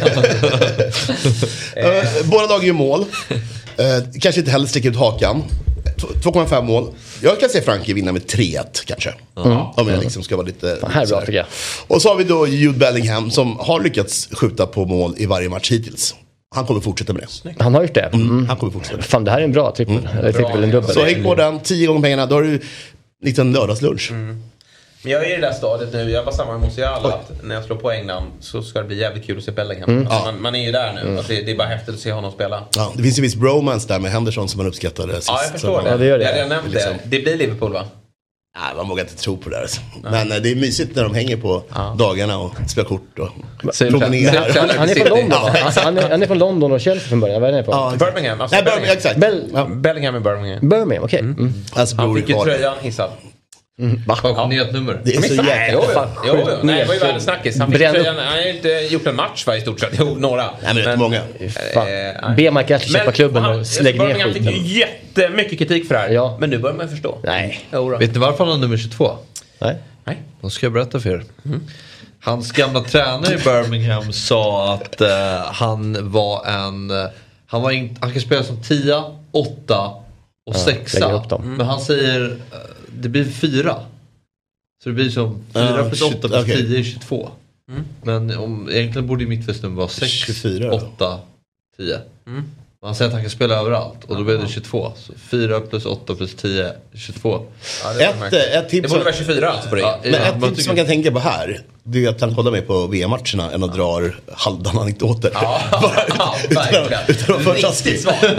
Båda lag gör mål. Kanske inte heller sticker ut hakan. 2,5 mål. Jag kan se Frankrike vinna med 3-1 kanske. Om jag liksom ska vara lite... Här bra tycker jag. Och så har vi då Jude Bellingham som har lyckats skjuta på mål i varje match hittills. Han kommer fortsätta med det. Han har gjort det. Han kommer fortsätta. Fan, det här är en bra trippel. En dubbel. Så häng på den, 10 gånger pengarna. Då har du liten lördagslunch. Men jag är i det där stadiet nu. Jag var samma med Musiala att när jag slår på England så ska det bli jävligt kul att se Bellingham. Alltså man är ju där nu. Alltså det är bara häftigt att se honom spela. Ja, det finns ju viss bromance där med Henderson som man uppskattade sist. Ja, jag förstår det. Ja, det gör det. Jag nämnt det. Det blir Liverpool, va? Nej, man vågar inte tro på det där. Men det är mysigt när de hänger på dagarna och spelar kort och promenerar. Han är från London. Han är från London och Chelsea från början. Vad är det på? Birmingham. Alltså Nej, Birmingham, exakt. Bellingham i Birmingham. Birmingham, okej. Alltså, han fick ju tröjan hissad. Nyhetnummer. Det är så jäkla... Nej, det var ju världens snackis. Han fick tröjan. Han har ju inte gjort en match i stort sett. Jo, några. Nej, men många. Be Mike Ashley köpa klubben och lägg ner skiten. Han fick ju jättemycket kritik för det här. Ja. Men nu börjar man förstå. Nej. Vet ni varför han har nummer 22? Nej. Då ska jag berätta för er. Hans gamla tränare i Birmingham sa att han var han kan spela som 10, 8 och 6. Men han säger det blir 4. Så det blir som 4 plus 8 plus 10 är 22. Men egentligen borde mittfältsnummer vara 6, 24, 8, 10. Han säger att han kan spela överallt. Och då blir det 22. Så 4 plus 8 plus 10 22. Ett tips. Det borde vara 24 alltså på det. Men ett tips man kan tänka på här, det är att han kollar med på VM-matcherna än att drar halvdan anekdoter. Utan att vara taskig.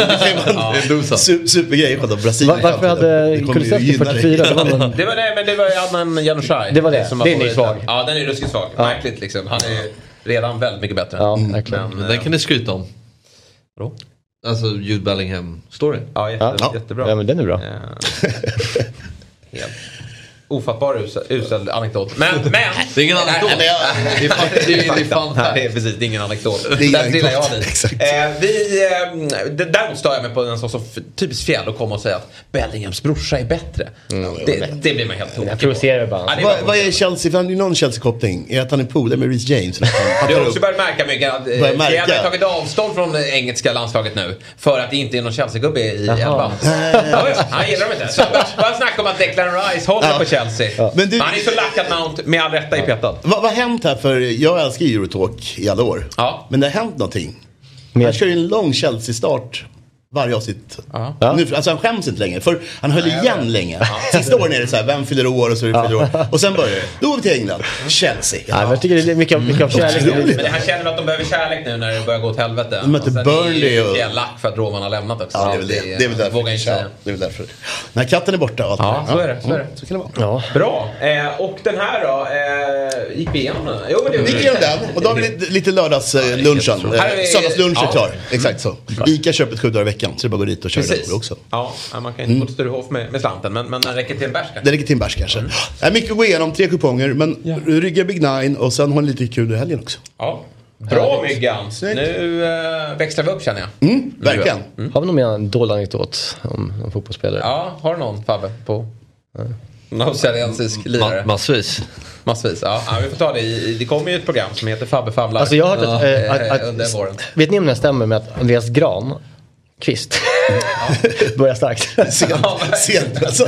Supergrej av Brasilien. Varför hade Kulusevski 44? Det var Adnan Januzaj. Det var det. Den är svag. Ja, den är ruskigt svag. Märkligt liksom. Han är redan väldigt mycket bättre. Ja, verkligen. Men den kan ni skryta om. Bra. Alltså Jude Bellingham story. Ja, jättebra. Ja, men den är bra. Helt ofattbar usel anekdot. Men det är ingen anekdot. Det är precis, det är ingen anekdot. Där trillar jag dit. Däremot står jag med på en sån som typiskt fjäll och komma och säga att Bellinghams brorsa är bättre. Det blir man helt tokig. Jag provocerar bara. Vad är Chelsea? För han är ju någon Chelsea-koppling. Är att han är polare med Reece James? Du har också börjat märka mycket att jag har tagit avstånd från det engelska landslaget nu. För att det inte är någon Chelsea-gubbe i elvan. Han gillar dem inte. Så bara snacka om att Declan Rice håller på Chelsea. Men han är så lackad Mount med all rätta i petad. Vad har hänt här? För jag älskar Eurotalk i alla år. Men det har hänt någonting. Han kör ju en lång Chelsea-start varje avsnitt. Nu, alltså han skäms inte längre. För han höll igen länge. Sista åren är det så här, vem fyller år och så är det fyller år. Och sen börjar det. Då går vi till England. Chelsea. Jag tycker det är mycket av kärlek. Men det här känner att de behöver kärlek nu när det börjar gå åt helvete. De möter Burnley och... Det är lack för att Roman har lämnat också. Ja, det är väl därför. Det är väl därför. När katten är borta. Och allt så är det. Så kan det vara. Bra. Och den här då? Gick vi igenom den? Jo, vi gick igenom den. Och då har vi lite lördagslunchen. Söndagslunch är klar. Exakt så. Ica köper 7 dagar i veckan. Så det bara går dit och kör det också. Ja, man kan inte få ett större hoff med slanten. Men den räcker till en bärs kanske. Det räcker till en bärs kanske. Det är mycket att gå igenom, 3 kuponger. Men rygga Big Nine och sen ha en lite kul i helgen också. Ja. Bra Myggan. Nu växlar vi upp känner jag. Verkligen. Har vi någon mer dålig anekdot om fotbollsspelare? Ja, har du någon Fabbe på australiensisk lirare? Massvis, ja. Vi får ta det det kommer ju ett program som heter Fabbe Favlar. Alltså jag har hört att under våren. Vet ni om det stämmer med att Andreas Granqvist börjar starkt. Sent alltså.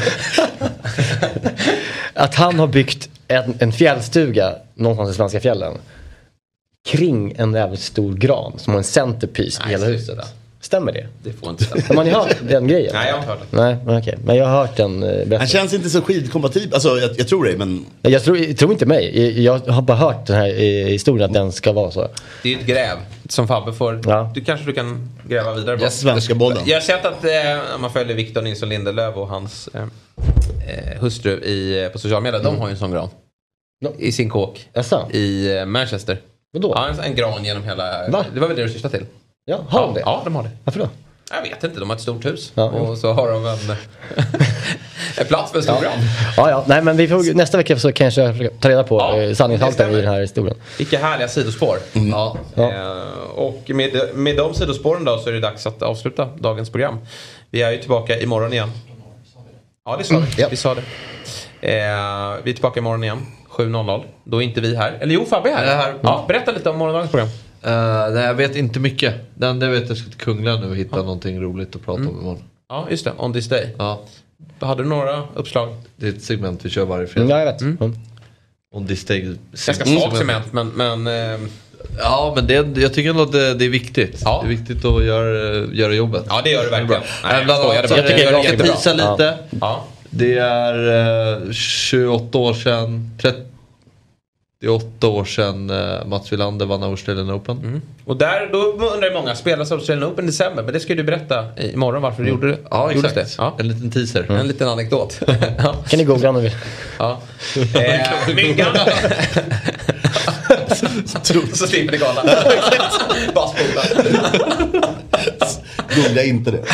Att han har byggt en fjällstuga någonstans i svenska fjällen kring en jävligt stor gran som har en centerpiece i hela huset. Stämmer det? Det får inte stämma. Har man hört den grejen? Nej, jag har inte hört det. Nej, okej. Men jag har hört den berättelsen. Han känns inte så skidkompatibel. Alltså, jag tror det, men... Jag tror inte mig. Jag har bara hört den här historien att den ska vara så. Det är ett gräv som Fabbe får. Ja. Du kan gräva vidare på. Svenska bollen. Jag har sett att man följer Victor Nilsson Lindelöf och hans hustru på sociala medier. De har ju en sån gran. I sin kåk. I Manchester. Vadå? Ja, en gran genom hela... Va? Det var väl det du syftade till? Ja, har de det? Ja, de har det. Varför då? Jag vet inte, de har ett stort hus. Ja. Och så har de en... En plats för stora. Ja. Nej, men vi får, nästa vecka så kanske jag ta reda på sanningshalten i den här historien. Vilka härliga sidospår. Ja. Och med de sidospåren då så är det dags att avsluta dagens program. Vi är ju tillbaka imorgon igen. Ja, det sa vi. Vi sa det. Vi är tillbaka imorgon igen. 7.00. Då är inte vi här. Eller jo, Fabbe är här. Ja, berätta lite om morgondagens program. Nej, jag vet inte mycket. Det enda jag vet är att jag ska till Kungla nu och hitta någonting roligt att prata om imorgon. Ja, just det. On this day. Ja. Hade du några uppslag? Det är ett segment vi kör varje fredag. Ja, jag vet. On this day. Ganska svagt segment, men ja, men jag tycker ändå att det är viktigt. Ja. Det är viktigt att göra jobbet. Ja, det gör det verkligen. Jag tycker jag kan tisa lite. Ja. Det är 28 år sedan, 38 år sedan Mats Wilander vann Australian Open. Och då undrar många, spelas Australian Open i december, men det ska du berätta imorgon varför du gjorde det. Ja, exakt. Det. Ja. En liten teaser. En liten anekdot. Kan ni googla om ni vill. Ja. Myggan. Så slipper ni gala. Bara spola. Googla inte det.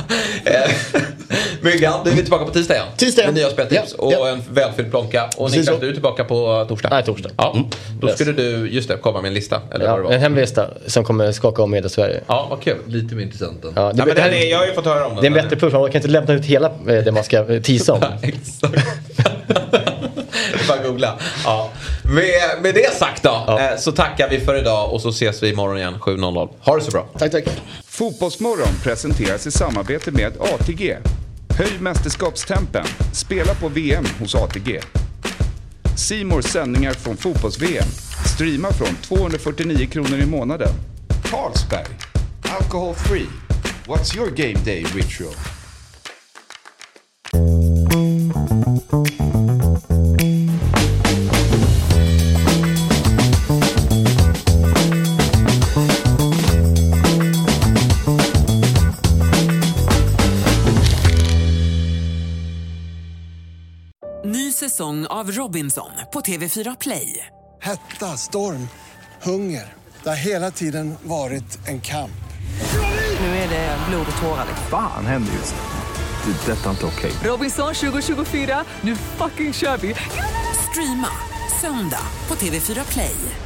Myggan, du är tillbaka på tisdag igen. Tisdag. Med nya speltips och en välfylld plånka. Och Niklas, du är tillbaka på torsdag. Nej, torsdag. Ja. Då skulle du, just det, komma med en lista. Eller vad det var. En hemlig lista som kommer skaka om med Sverige. Ja, vad kul. Lite mer intressant. Ja, men jag har ju fått höra om det. Det är en bättre push, man kan inte lämna ut hela det man ska tisa om. Exakt. Bara googla. Ja. Med det sagt då, så tackar vi för idag och så ses vi imorgon igen 7.00. Ha det så bra. Tack. Fotbollsmorgon presenteras i samarbete med ATG. Höj mästerskapstempen. Spela på VM hos ATG. C More sändningar från fotbolls-VM. Streama från 249 kronor i månaden. Carlsberg. Alcohol free. What's your game day ritual? Ny säsong av Robinson på TV4 Play. Hetta, storm, hunger. Det har hela tiden varit en kamp. Nu är det blod och tårar. Fan händer just det. Det är detta inte okej. Robinson 2024, nu fucking kör vi. Streama söndag på TV4 Play.